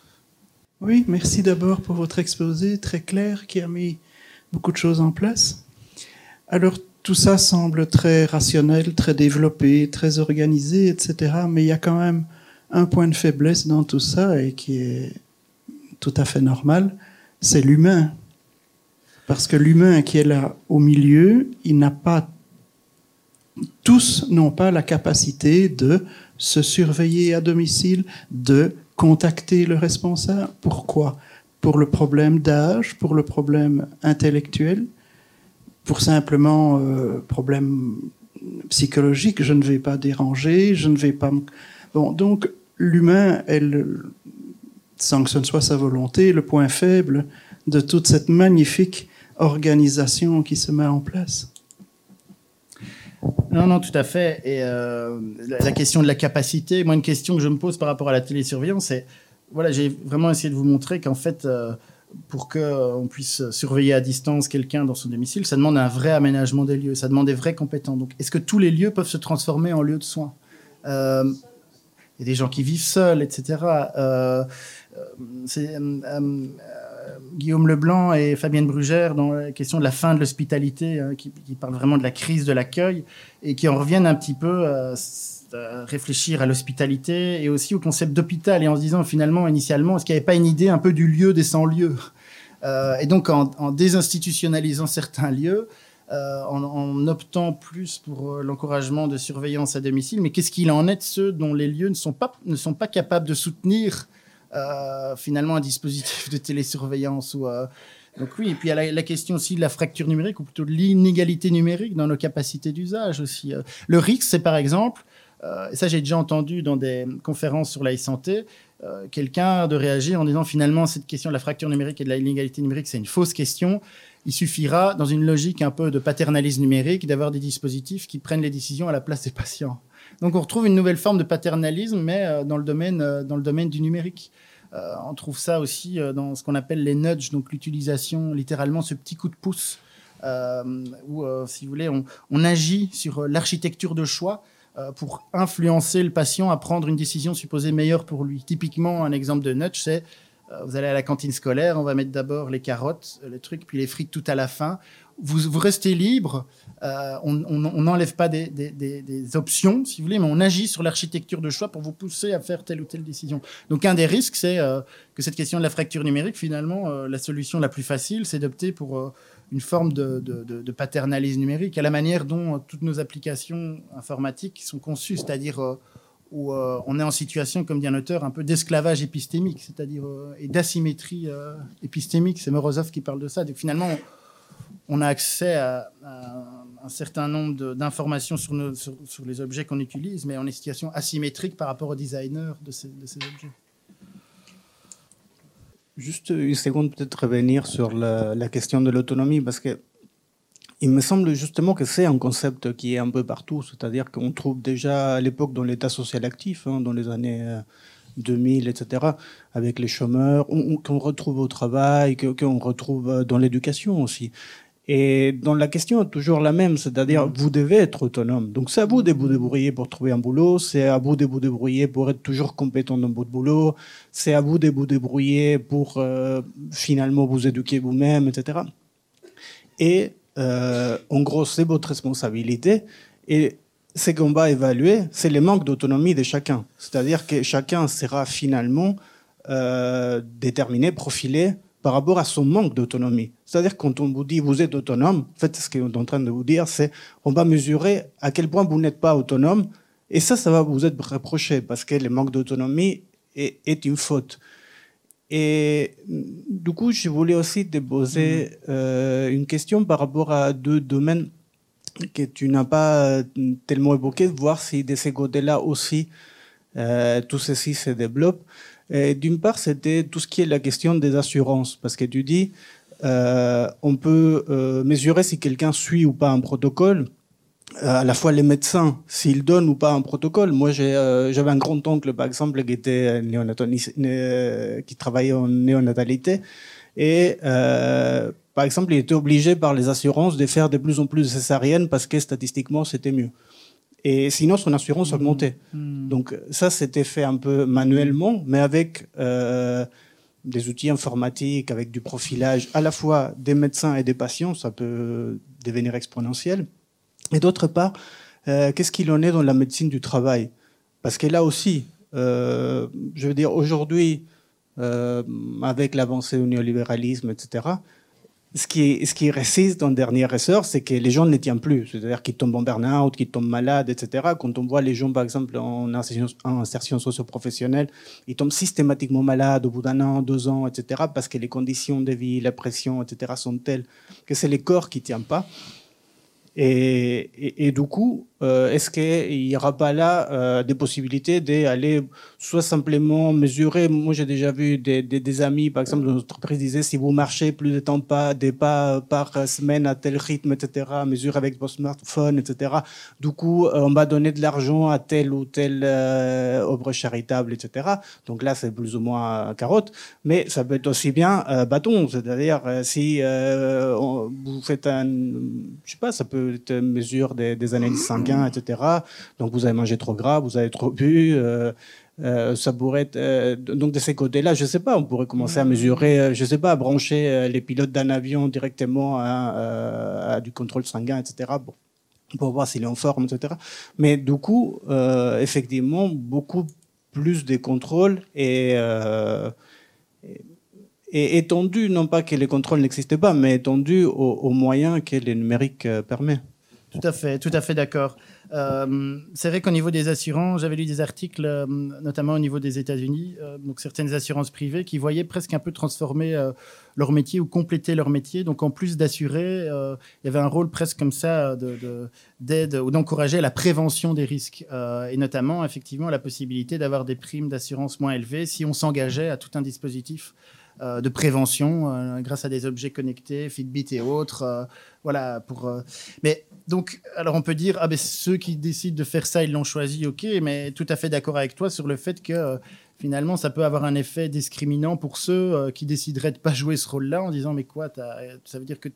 Oui, merci d'abord pour votre exposé très clair qui a mis beaucoup de choses en place. Alors tout ça semble très rationnel, très développé, très organisé, et cetera. Mais il y a quand même un point de faiblesse dans tout ça et qui est tout à fait normal, c'est l'humain. Parce que l'humain qui est là au milieu, il n'a pas, tous n'ont pas la capacité de se surveiller à domicile, de contacter le responsable. Pourquoi ? Pour le problème d'âge, pour le problème intellectuel, pour simplement euh, problème psychologique, je ne vais pas déranger, je ne vais pas... Bon, donc l'humain, elle... sans que ce ne soit sa volonté, le point faible de toute cette magnifique organisation qui se met en place. Non, non, tout à fait. Et euh, la, la question de la capacité, moi, une question que je me pose par rapport à la télésurveillance, c'est, voilà, j'ai vraiment essayé de vous montrer qu'en fait, euh, pour qu'on puisse surveiller à distance quelqu'un dans son domicile, ça demande un vrai aménagement des lieux, ça demande des vrais compétents. Donc, est-ce que tous les lieux peuvent se transformer en lieux de soins ? euh, Il y a des gens qui vivent seuls, et cetera. Euh, c'est, euh, euh, Guillaume Leblanc et Fabienne Brugère dans la question de la fin de l'hospitalité, hein, qui, qui parlent vraiment de la crise de l'accueil et qui en reviennent un petit peu à, à réfléchir à l'hospitalité et aussi au concept d'hôpital et en se disant finalement initialement est-ce qu'il n'y avait pas une idée un peu du lieu des sans-lieux euh, et donc en, en désinstitutionnalisant certains lieux, euh, en, en optant plus pour l'encouragement de surveillance à domicile, mais qu'est-ce qu'il en est de ceux dont les lieux ne sont pas, ne sont pas capables de soutenir Euh, finalement un dispositif de télésurveillance ou euh... donc oui, et puis il y a la, la question aussi de la fracture numérique ou plutôt de l'inégalité numérique dans nos capacités d'usage aussi. Euh, le risque, c'est par exemple, euh, et ça j'ai déjà entendu dans des conférences sur la e-santé, euh, quelqu'un de réagir en disant finalement cette question de la fracture numérique et de l'inégalité numérique c'est une fausse question. Il suffira dans une logique un peu de paternalisme numérique d'avoir des dispositifs qui prennent les décisions à la place des patients. Donc on retrouve une nouvelle forme de paternalisme, mais euh, dans le domaine, euh, dans le domaine du numérique. Euh, on trouve ça aussi euh, dans ce qu'on appelle les nudges, donc l'utilisation, littéralement ce petit coup de pouce, euh, où, euh, si vous voulez, on, on agit sur l'architecture de choix euh, pour influencer le patient à prendre une décision supposée meilleure pour lui. Typiquement, un exemple de nudge, c'est euh, vous allez à la cantine scolaire, on va mettre d'abord les carottes, les trucs, puis les frites tout à la fin. Vous, vous restez libre, euh, on n'enlève pas des, des, des, des options, si vous voulez, mais on agit sur l'architecture de choix pour vous pousser à faire telle ou telle décision. Donc un des risques, c'est euh, que cette question de la fracture numérique, finalement, euh, la solution la plus facile, c'est d'opter pour euh, une forme de, de, de, de paternalisme numérique, à la manière dont euh, toutes nos applications informatiques sont conçues, c'est-à-dire euh, où euh, on est en situation, comme dit un auteur, un peu d'esclavage épistémique, c'est-à-dire euh, et d'asymétrie euh, épistémique. C'est Morozov qui parle de ça. Donc finalement, on, on a accès à, à un certain nombre d'informations sur, nos, sur, sur les objets qu'on utilise, mais on est en situation asymétrique par rapport au designer de ces, de ces objets. Juste une seconde, peut-être revenir sur la, la question de l'autonomie, parce que il me semble justement que c'est un concept qui est un peu partout, c'est-à-dire qu'on trouve déjà à l'époque dans l'état social actif, hein, dans les années deux mille, et cetera, avec les chômeurs, qu'on retrouve au travail, qu'on retrouve dans l'éducation aussi. Et dans la question est toujours la même, c'est-à-dire vous devez être autonome. Donc c'est à vous de vous débrouiller pour trouver un boulot, c'est à vous de vous débrouiller pour être toujours compétent dans votre boulot, c'est à vous de vous débrouiller pour euh, finalement vous éduquer vous-même, et cetera. Et euh, en gros, c'est votre responsabilité. Et ce qu'on va évaluer, c'est le manque d'autonomie de chacun. C'est-à-dire que chacun sera finalement euh, déterminé, profilé par rapport à son manque d'autonomie. C'est-à-dire quand on vous dit vous êtes autonome, en fait, ce qu'on est en train de vous dire, c'est on va mesurer à quel point vous n'êtes pas autonome, et ça, ça va vous être reproché, parce que le manque d'autonomie est, est une faute. Et du coup, je voulais aussi te poser euh, une question par rapport à deux domaines que tu n'as pas tellement évoqués, voir si de ces côtés-là aussi, euh, tout ceci se développe. D'une part, c'était tout ce qui est la question des assurances, parce que tu dis, euh, on peut euh, mesurer si quelqu'un suit ou pas un protocole, euh, à la fois les médecins, s'ils donnent ou pas un protocole. Moi, j'ai, euh, j'avais un grand-oncle, par exemple, qui, était néonatal, qui travaillait en néonatalité, et euh, par exemple, il était obligé par les assurances de faire de plus en plus de césariennes parce que statistiquement, c'était mieux. Et sinon, son assurance augmentait. Mmh. Donc ça, c'était fait un peu manuellement, mais avec euh, des outils informatiques, avec du profilage à la fois des médecins et des patients, ça peut devenir exponentiel. Et d'autre part, euh, qu'est-ce qu'il en est dans la médecine du travail? Parce que là aussi, euh, je veux dire, aujourd'hui, euh, avec l'avancée du néolibéralisme, et cetera, Ce qui, ce qui résiste en dernier ressort, c'est que les gens ne tiennent plus. C'est-à-dire qu'ils tombent en burn-out, qu'ils tombent malades, et cetera. Quand on voit les gens, par exemple, en insertion, en insertion socio-professionnelle, ils tombent systématiquement malades au bout d'un an, deux ans, et cetera. Parce que les conditions de vie, la pression, et cetera sont telles que c'est les corps qui ne tiennent pas. Et, et, et du coup, euh, est-ce qu'il n'y aura pas là euh, des possibilités d'aller soit simplement mesurer? Moi, j'ai déjà vu des, des, des amis, par exemple, dans notre entreprise disaient si vous marchez plus de temps pas, des pas par semaine à tel rythme, et cetera, mesurez avec vos smartphones, et cetera. Du coup, euh, on va donner de l'argent à telle ou telle euh, œuvre charitable, et cetera. Donc là, c'est plus ou moins carotte, mais ça peut être aussi bien euh, bâton. C'est-à-dire, euh, si euh, on, vous faites un, je sais pas, ça peut être une mesure des, des analyses sanguines, et cetera. Donc vous avez mangé trop gras, vous avez trop bu, euh, euh, ça pourrait être... Euh, donc de ces côtés-là, je ne sais pas, on pourrait commencer à mesurer, euh, je ne sais pas, à brancher euh, les pilotes d'un avion directement à, euh, à du contrôle sanguin, et cetera. Bon, pour voir s'il est en forme, et cetera. Mais du coup, euh, effectivement, beaucoup plus de contrôles et... Euh, et étendu, non pas que les contrôles n'existent pas, mais étendu aux, aux moyens que le numérique permet. Tout à fait, tout à fait d'accord. Euh, c'est vrai qu'au niveau des assurances, j'avais lu des articles, euh, notamment au niveau des États-Unis, euh, donc certaines assurances privées qui voyaient presque un peu transformer euh, leur métier ou compléter leur métier. Donc en plus d'assurer, euh, il y avait un rôle presque comme ça de, de, d'aide ou d'encourager la prévention des risques, euh, et notamment effectivement la possibilité d'avoir des primes d'assurance moins élevées si on s'engageait à tout un dispositif de prévention euh, grâce à des objets connectés, Fitbit et autres. Euh, voilà, pour, euh... mais donc, alors on peut dire, ah ben ceux qui décident de faire ça, ils l'ont choisi, ok, mais tout à fait d'accord avec toi sur le fait que euh, finalement, ça peut avoir un effet discriminant pour ceux euh, qui décideraient de pas jouer ce rôle-là en disant, mais quoi, t'as... ça veut dire que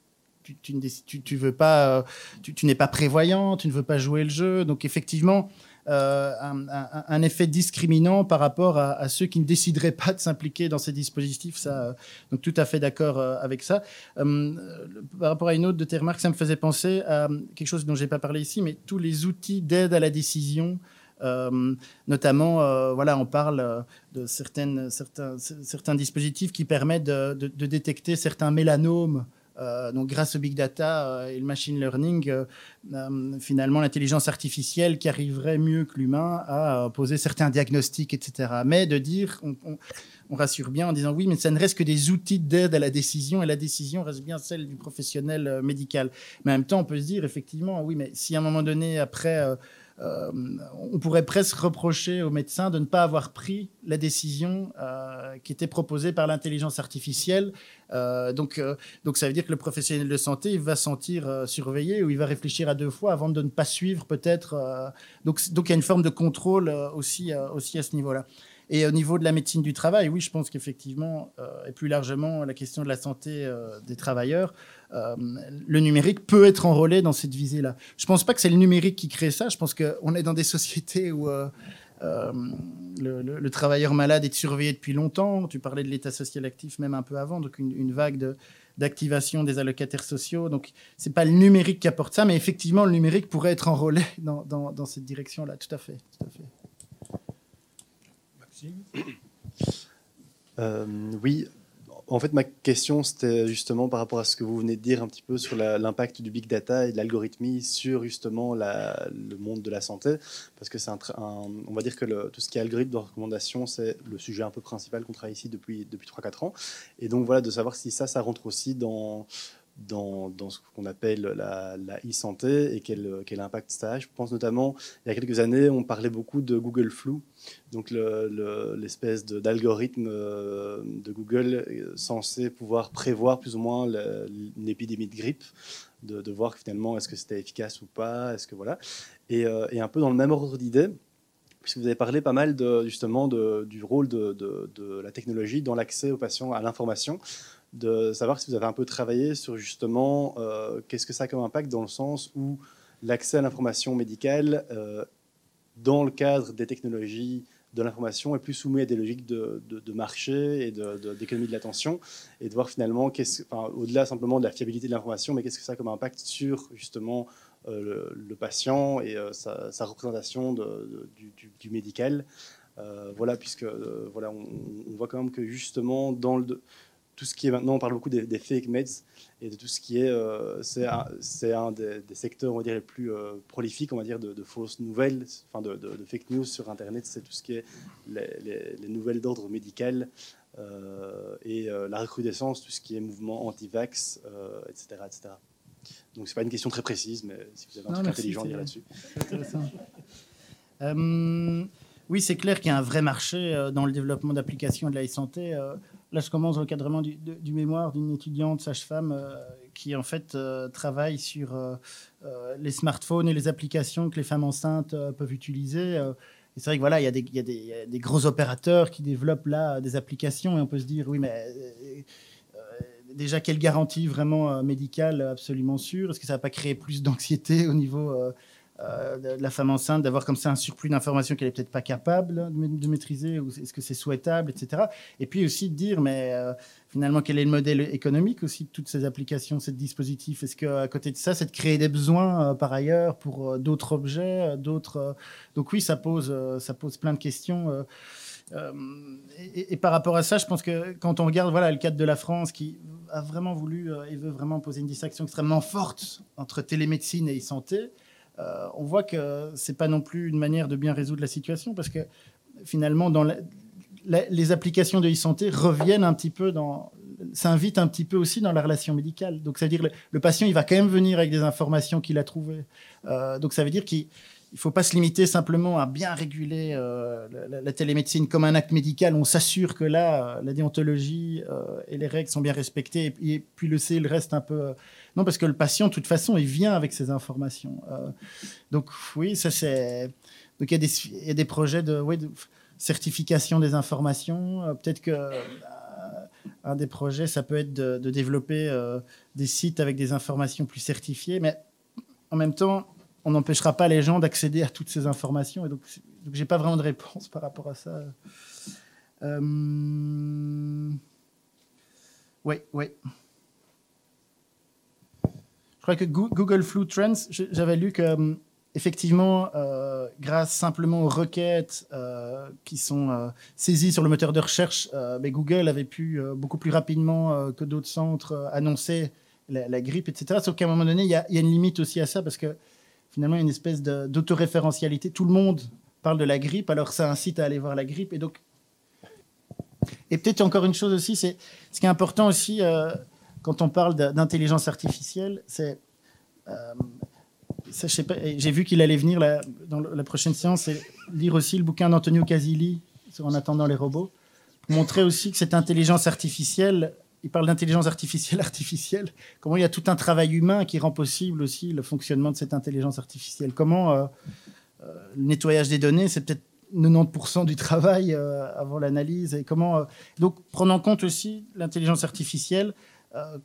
tu, tu, ne décides, tu, tu veux pas, tu, tu n'es pas prévoyant, tu ne veux pas jouer le jeu. Donc effectivement, euh, un, un, un effet discriminant par rapport à, à ceux qui ne décideraient pas de s'impliquer dans ces dispositifs. Ça, euh, donc tout à fait d'accord euh, avec ça. Euh, par rapport à une autre de tes remarques, ça me faisait penser à quelque chose dont j'ai pas parlé ici, mais tous les outils d'aide à la décision. Euh, notamment, euh, voilà, on parle de certaines, certains, certains dispositifs qui permettent de, de, de détecter certains mélanomes. Euh, donc, grâce au big data euh, et le machine learning, euh, euh, finalement, l'intelligence artificielle qui arriverait mieux que l'humain à euh, poser certains diagnostics, et cetera. Mais de dire, on, on, on rassure bien en disant oui, mais ça ne reste que des outils d'aide à la décision et la décision reste bien celle du professionnel euh, médical. Mais en même temps, on peut se dire effectivement, oui, mais si à un moment donné, après, euh, Euh, on pourrait presque reprocher aux médecins de ne pas avoir pris la décision euh, qui était proposée par l'intelligence artificielle. Euh, donc, euh, donc ça veut dire que le professionnel de santé il va se sentir euh, surveillé ou il va réfléchir à deux fois avant de ne pas suivre peut-être. Euh, donc, donc il y a une forme de contrôle euh, aussi, euh, aussi à ce niveau-là. Et au niveau de la médecine du travail, oui, je pense qu'effectivement, euh, et plus largement la question de la santé euh, des travailleurs, euh, le numérique peut être enrôlé dans cette visée-là. Je ne pense pas que c'est le numérique qui crée ça. Je pense qu'on est dans des sociétés où euh, euh, le, le, le travailleur malade est surveillé depuis longtemps. Tu parlais de l'état social actif même un peu avant, donc une, une vague de, d'activation des allocataires sociaux. Donc, ce n'est pas le numérique qui apporte ça, mais effectivement, le numérique pourrait être enrôlé dans, dans, dans cette direction-là. Tout à fait. Tout à fait. Euh, oui, en fait, ma question, c'était justement par rapport à ce que vous venez de dire un petit peu sur la, l'impact du big data et de l'algorithmie sur justement la, le monde de la santé, parce que c'est un, un, on va dire que le, tout ce qui est algorithme de recommandation, c'est le sujet un peu principal qu'on travaille ici depuis, depuis trois quatre ans. Et donc voilà, de savoir si ça, ça rentre aussi dans... Dans, dans ce qu'on appelle la, la e-santé et quel, quel impact ça a. Je pense notamment, il y a quelques années, on parlait beaucoup de Google Flu, donc le, le, l'espèce de, d'algorithme de Google censé pouvoir prévoir plus ou moins le, une épidémie de grippe, de, de voir finalement est-ce que c'était efficace ou pas, est-ce que voilà. Et, et un peu dans le même ordre d'idée, puisque vous avez parlé pas mal de, justement de, du rôle de, de, de la technologie dans l'accès aux patients à l'information, de savoir si vous avez un peu travaillé sur justement euh, qu'est-ce que ça a comme impact dans le sens où l'accès à l'information médicale euh, dans le cadre des technologies de l'information est plus soumis à des logiques de, de, de marché et de, de, d'économie de l'attention, et de voir finalement, qu'est-ce, enfin, au-delà simplement de la fiabilité de l'information, mais qu'est-ce que ça a comme impact sur justement euh, le, le patient et euh, sa, sa représentation de, de, du, du, du médical. Euh, voilà, puisque euh, voilà, on, on voit quand même que justement dans le... tout ce qui est maintenant, on parle beaucoup des, des fake meds et de tout ce qui est, euh, c'est un, c'est un des, des secteurs, on va dire, les plus euh, prolifiques, on va dire, de, de fausses nouvelles, enfin de, de, de fake news sur Internet. C'est tout ce qui est les, les, les nouvelles d'ordre médical euh, et euh, la recrudescence, tout ce qui est mouvement anti-vax, euh, et cetera, et cetera. Donc c'est pas une question très précise, mais si vous avez un non, truc merci, intelligent à dire là-dessus. C'est intéressant. euh, oui, c'est clair qu'il y a un vrai marché euh, dans le développement d'applications de la e-santé. Euh, Là, je commence l'encadrement du, du mémoire d'une étudiante sage-femme euh, qui, en fait, euh, travaille sur euh, euh, les smartphones et les applications que les femmes enceintes euh, peuvent utiliser. Euh, et c'est vrai que voilà, il y a des, il y a des, il y a des gros opérateurs qui développent là des applications et on peut se dire, oui, mais euh, euh, déjà, quelle garantie vraiment euh, médicale absolument sûre? Est-ce que ça ne va pas créer plus d'anxiété au niveau euh, euh, de la femme enceinte, d'avoir comme ça un surplus d'informations qu'elle n'est peut-être pas capable de, de maîtriser, ou est-ce que c'est souhaitable, et cetera. Et puis aussi de dire, mais euh, finalement, quel est le modèle économique aussi de toutes ces applications, ces dispositifs? Est-ce qu'à côté de ça, c'est de créer des besoins euh, par ailleurs pour euh, d'autres objets, euh, d'autres... Euh... Donc oui, ça pose, euh, ça pose plein de questions. Euh, euh, et, et par rapport à ça, je pense que quand on regarde voilà, le cadre de la France qui a vraiment voulu euh, et veut vraiment poser une distinction extrêmement forte entre télémédecine et e-santé, Euh, on voit que ce n'est pas non plus une manière de bien résoudre la situation parce que finalement, dans la, la, les applications de e-santé reviennent un petit peu dans, s'invitent un petit peu aussi dans la relation médicale. Donc, ça veut dire que le, le patient, il va quand même venir avec des informations qu'il a trouvées. Euh, donc, ça veut dire qu'il ne faut pas se limiter simplement à bien réguler euh, la, la télémédecine comme un acte médical. On s'assure que là, la déontologie euh, et les règles sont bien respectées et, et puis le C, le reste un peu... Euh, Non, parce que le patient, de toute façon, il vient avec ces informations. Euh, donc, oui, ça, c'est... Donc, il y a des, il y a des projets de, ouais, de certification des informations. Euh, peut-être que... Euh, un des projets, ça peut être de, de développer euh, des sites avec des informations plus certifiées, mais en même temps, on n'empêchera pas les gens d'accéder à toutes ces informations. Et donc, donc j'ai pas vraiment de réponse par rapport à ça. Euh... Oui, oui. Je crois que Google Flu Trends, j'avais lu que effectivement, euh, grâce simplement aux requêtes euh, qui sont euh, saisies sur le moteur de recherche, euh, mais Google avait pu euh, beaucoup plus rapidement euh, que d'autres centres euh, annoncer la, la grippe, et cetera. Sauf qu'à un moment donné, il y, y a une limite aussi à ça, parce que finalement, il y a une espèce de, d'autoréférentialité. Tout le monde parle de la grippe, alors ça incite à aller voir la grippe. Et donc, et peut-être encore une chose aussi, c'est ce qui est important aussi euh, quand on parle d'intelligence artificielle, c'est euh, ça, je sais pas, j'ai vu qu'il allait venir là, dans la prochaine séance et lire aussi le bouquin d'Antonio Casilli sur En attendant les robots, pour montrer aussi que cette intelligence artificielle, il parle d'intelligence artificielle artificielle, comment il y a tout un travail humain qui rend possible aussi le fonctionnement de cette intelligence artificielle. Comment euh, euh, le nettoyage des données, c'est peut-être quatre-vingt-dix pour cent du travail euh, avant l'analyse. Et comment, euh, donc, prendre en compte aussi l'intelligence artificielle, euh,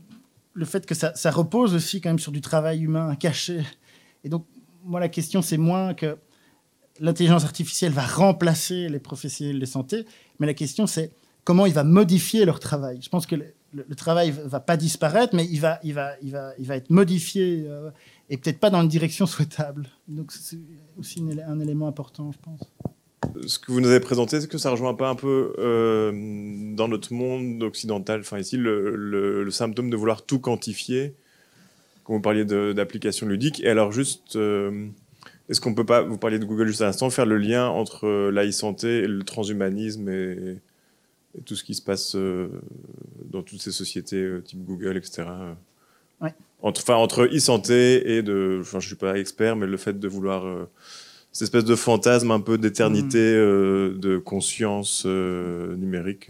le fait que ça, ça repose aussi quand même sur du travail humain caché. Et donc, moi, la question, c'est moins que l'intelligence artificielle va remplacer les professionnels de santé, mais la question, c'est comment il va modifier leur travail. Je pense que le, le, le travail ne va pas disparaître, mais il va, il va, il va, il va être modifié euh, et peut-être pas dans une direction souhaitable. Donc, c'est aussi une, un élément important, je pense. Ce que vous nous avez présenté, est-ce que ça rejoint pas un peu euh, dans notre monde occidental, enfin ici, le, le, le symptôme de vouloir tout quantifier, quand vous parliez d'applications ludiques. Et alors juste, euh, est-ce qu'on peut pas, vous parliez de Google juste à l'instant, faire le lien entre euh, l'e-santé et le transhumanisme et, et tout ce qui se passe euh, dans toutes ces sociétés euh, type Google, et cetera. Ouais. Entre, enfin, entre e-santé et de, enfin je suis pas expert, mais le fait de vouloir... Euh, cette espèce de fantasme un peu d'éternité, mmh. euh, de conscience euh, numérique.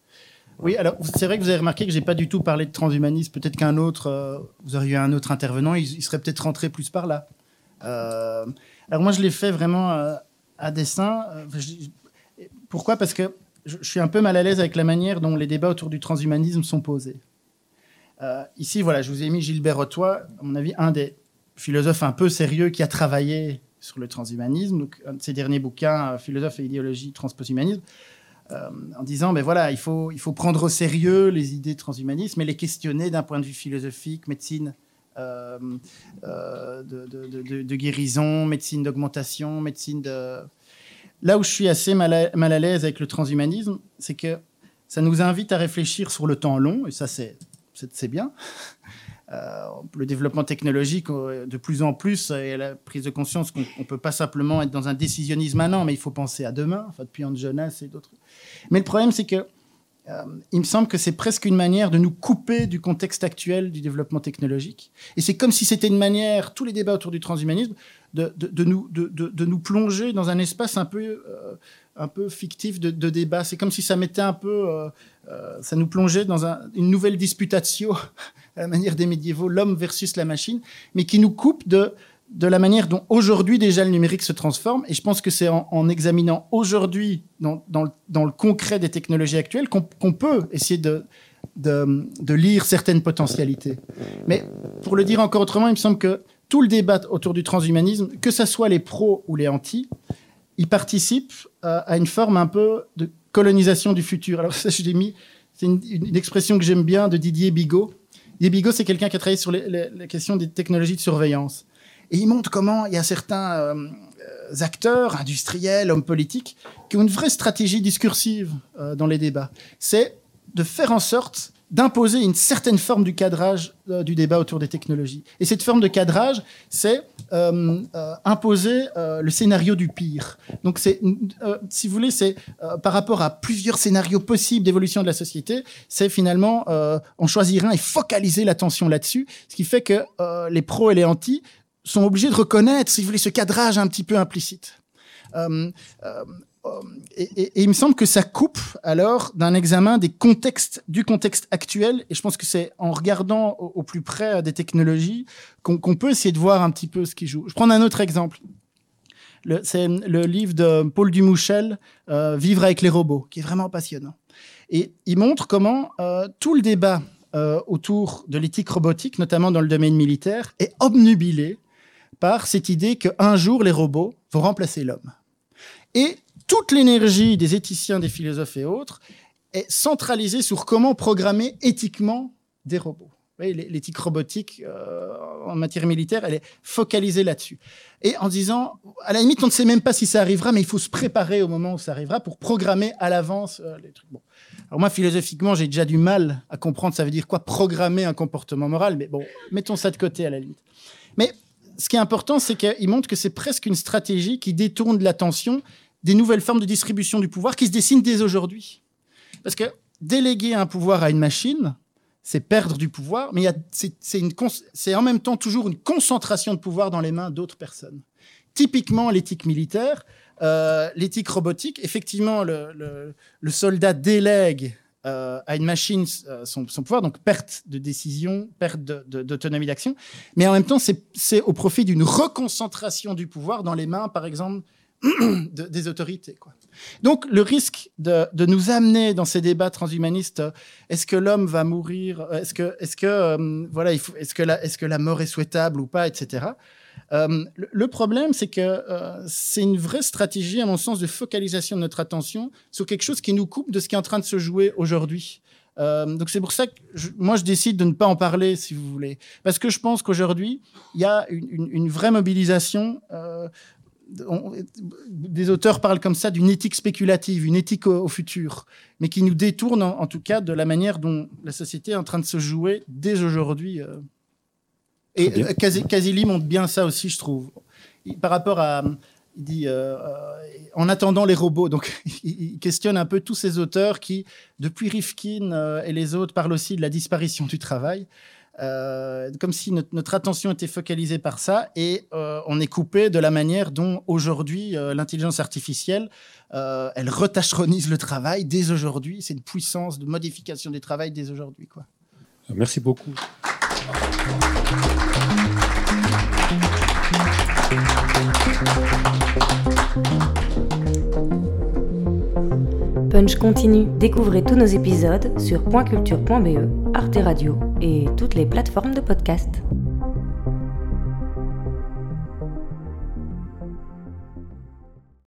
Oui, alors c'est vrai que vous avez remarqué que j'ai pas du tout parlé de transhumanisme. Peut-être qu'un autre, euh, vous auriez eu un autre intervenant, il, il serait peut-être rentré plus par là. Euh, alors moi, je l'ai fait vraiment euh, à dessein. Euh, pourquoi ? Parce que je, je suis un peu mal à l'aise avec la manière dont les débats autour du transhumanisme sont posés. Euh, ici, voilà, je vous ai mis Gilbert Ottois, à mon avis, un des philosophes un peu sérieux qui a travaillé sur le transhumanisme, donc un de ses derniers bouquins, Philosophe et idéologie, transposhumanisme, euh, en disant, ben voilà, il faut, il faut prendre au sérieux les idées de transhumanisme et les questionner d'un point de vue philosophique, médecine euh, euh, de, de, de, de guérison, médecine d'augmentation, médecine de... Là où je suis assez mal à, mal à l'aise avec le transhumanisme, c'est que ça nous invite à réfléchir sur le temps long, et ça, c'est, c'est, c'est bien. Euh, le développement technologique de plus en plus et la prise de conscience qu'on ne peut pas simplement être dans un décisionnisme maintenant, mais il faut penser à demain, enfin, depuis Anne Jonas et d'autres. Mais le problème, c'est que euh, il me semble que c'est presque une manière de nous couper du contexte actuel du développement technologique. Et c'est comme si c'était une manière, tous les débats autour du transhumanisme, de, de, de, nous, de, de, de nous plonger dans un espace un peu, euh, un peu fictif de, de débat. C'est comme si ça mettait un peu... Euh, euh, ça nous plongeait dans un, une nouvelle disputatio à la manière des médiévaux, l'homme versus la machine, mais qui nous coupe de, de la manière dont aujourd'hui déjà le numérique se transforme. Et je pense que c'est en, en examinant aujourd'hui, dans, dans, le, dans le concret des technologies actuelles, qu'on, qu'on peut essayer de, de, de lire certaines potentialités. Mais pour le dire encore autrement, il me semble que tout le débat autour du transhumanisme, que ce soit les pros ou les antis, il participe à, à une forme un peu de colonisation du futur. Alors ça, je l'ai mis, c'est une, une expression que j'aime bien de Didier Bigot. Didier Bigot, c'est quelqu'un qui a travaillé sur les, les, les questions des technologies de surveillance. Et il montre comment il y a certains euh, acteurs, industriels, hommes politiques, qui ont une vraie stratégie discursive euh, dans les débats. C'est de faire en sorte d'imposer une certaine forme du cadrage euh, du débat autour des technologies. Et cette forme de cadrage, c'est euh, euh, imposer euh, le scénario du pire. Donc, c'est, euh, si vous voulez, c'est euh, par rapport à plusieurs scénarios possibles d'évolution de la société, c'est finalement euh, en choisir un et focaliser l'attention là-dessus, ce qui fait que euh, les pros et les antis sont obligés de reconnaître, si vous voulez, ce cadrage un petit peu implicite. Euh, euh, Et, et, et il me semble que ça coupe alors d'un examen des contextes, du contexte actuel. Et je pense que c'est en regardant au, au plus près des technologies qu'on, qu'on peut essayer de voir un petit peu ce qui joue. Je prends un autre exemple. Le, c'est le livre de Paul Dumouchel, euh, Vivre avec les robots, qui est vraiment passionnant. Et il montre comment euh, tout le débat euh, autour de l'éthique robotique, notamment dans le domaine militaire, est obnubilé par cette idée qu'un jour, les robots vont remplacer l'homme. Et toute l'énergie des éthiciens, des philosophes et autres est centralisée sur comment programmer éthiquement des robots. Vous voyez, l'éthique robotique euh, en matière militaire, elle est focalisée là-dessus. Et en disant, à la limite, on ne sait même pas si ça arrivera, mais il faut se préparer au moment où ça arrivera pour programmer à l'avance euh, les trucs. Bon. Alors moi, philosophiquement, j'ai déjà du mal à comprendre ça veut dire quoi programmer un comportement moral, mais bon, mettons ça de côté à la limite. Mais ce qui est important, c'est qu'il montre que c'est presque une stratégie qui détourne de l'attention des nouvelles formes de distribution du pouvoir qui se dessinent dès aujourd'hui. Parce que déléguer un pouvoir à une machine, c'est perdre du pouvoir, mais il y a, c'est, c'est, une, c'est en même temps toujours une concentration de pouvoir dans les mains d'autres personnes. Typiquement, l'éthique militaire, euh, l'éthique robotique, effectivement, le, le, le soldat délègue euh, à une machine euh, son, son pouvoir, donc perte de décision, perte de, de, d'autonomie d'action, mais en même temps, c'est, c'est au profit d'une reconcentration du pouvoir dans les mains, par exemple, de, des autorités, quoi. Donc, le risque de, de nous amener dans ces débats transhumanistes, euh, est-ce que l'homme va mourir, est-ce que, est-ce que, euh, voilà, il faut, est-ce que la, est-ce que la mort est souhaitable ou pas, et cetera. Euh, le, le problème, c'est que euh, c'est une vraie stratégie, à mon sens, de focalisation de notre attention sur quelque chose qui nous coupe de ce qui est en train de se jouer aujourd'hui. Euh, donc c'est pour ça que je, moi, je décide de ne pas en parler, si vous voulez. Parce que je pense qu'aujourd'hui, il y a une, une, une vraie mobilisation. Euh, On, des auteurs parlent comme ça d'une éthique spéculative, une éthique au, au futur, mais qui nous détourne en, en tout cas de la manière dont la société est en train de se jouer dès aujourd'hui. Euh. Et euh, Kazili montre bien ça aussi, je trouve. Il, par rapport à, il dit, euh, euh, en attendant les robots, donc il questionne un peu tous ces auteurs qui, depuis Rifkin euh, et les autres, parlent aussi de la disparition du travail. Euh, comme si notre, notre attention était focalisée par ça et euh, on est coupé de la manière dont aujourd'hui euh, l'intelligence artificielle euh, elle retâcheronise le travail dès aujourd'hui. C'est une puissance de modification du travail dès aujourd'hui, quoi. Merci beaucoup. Punch continue. Découvrez tous nos épisodes sur point culture point b e, Arte Radio et toutes les plateformes de podcast.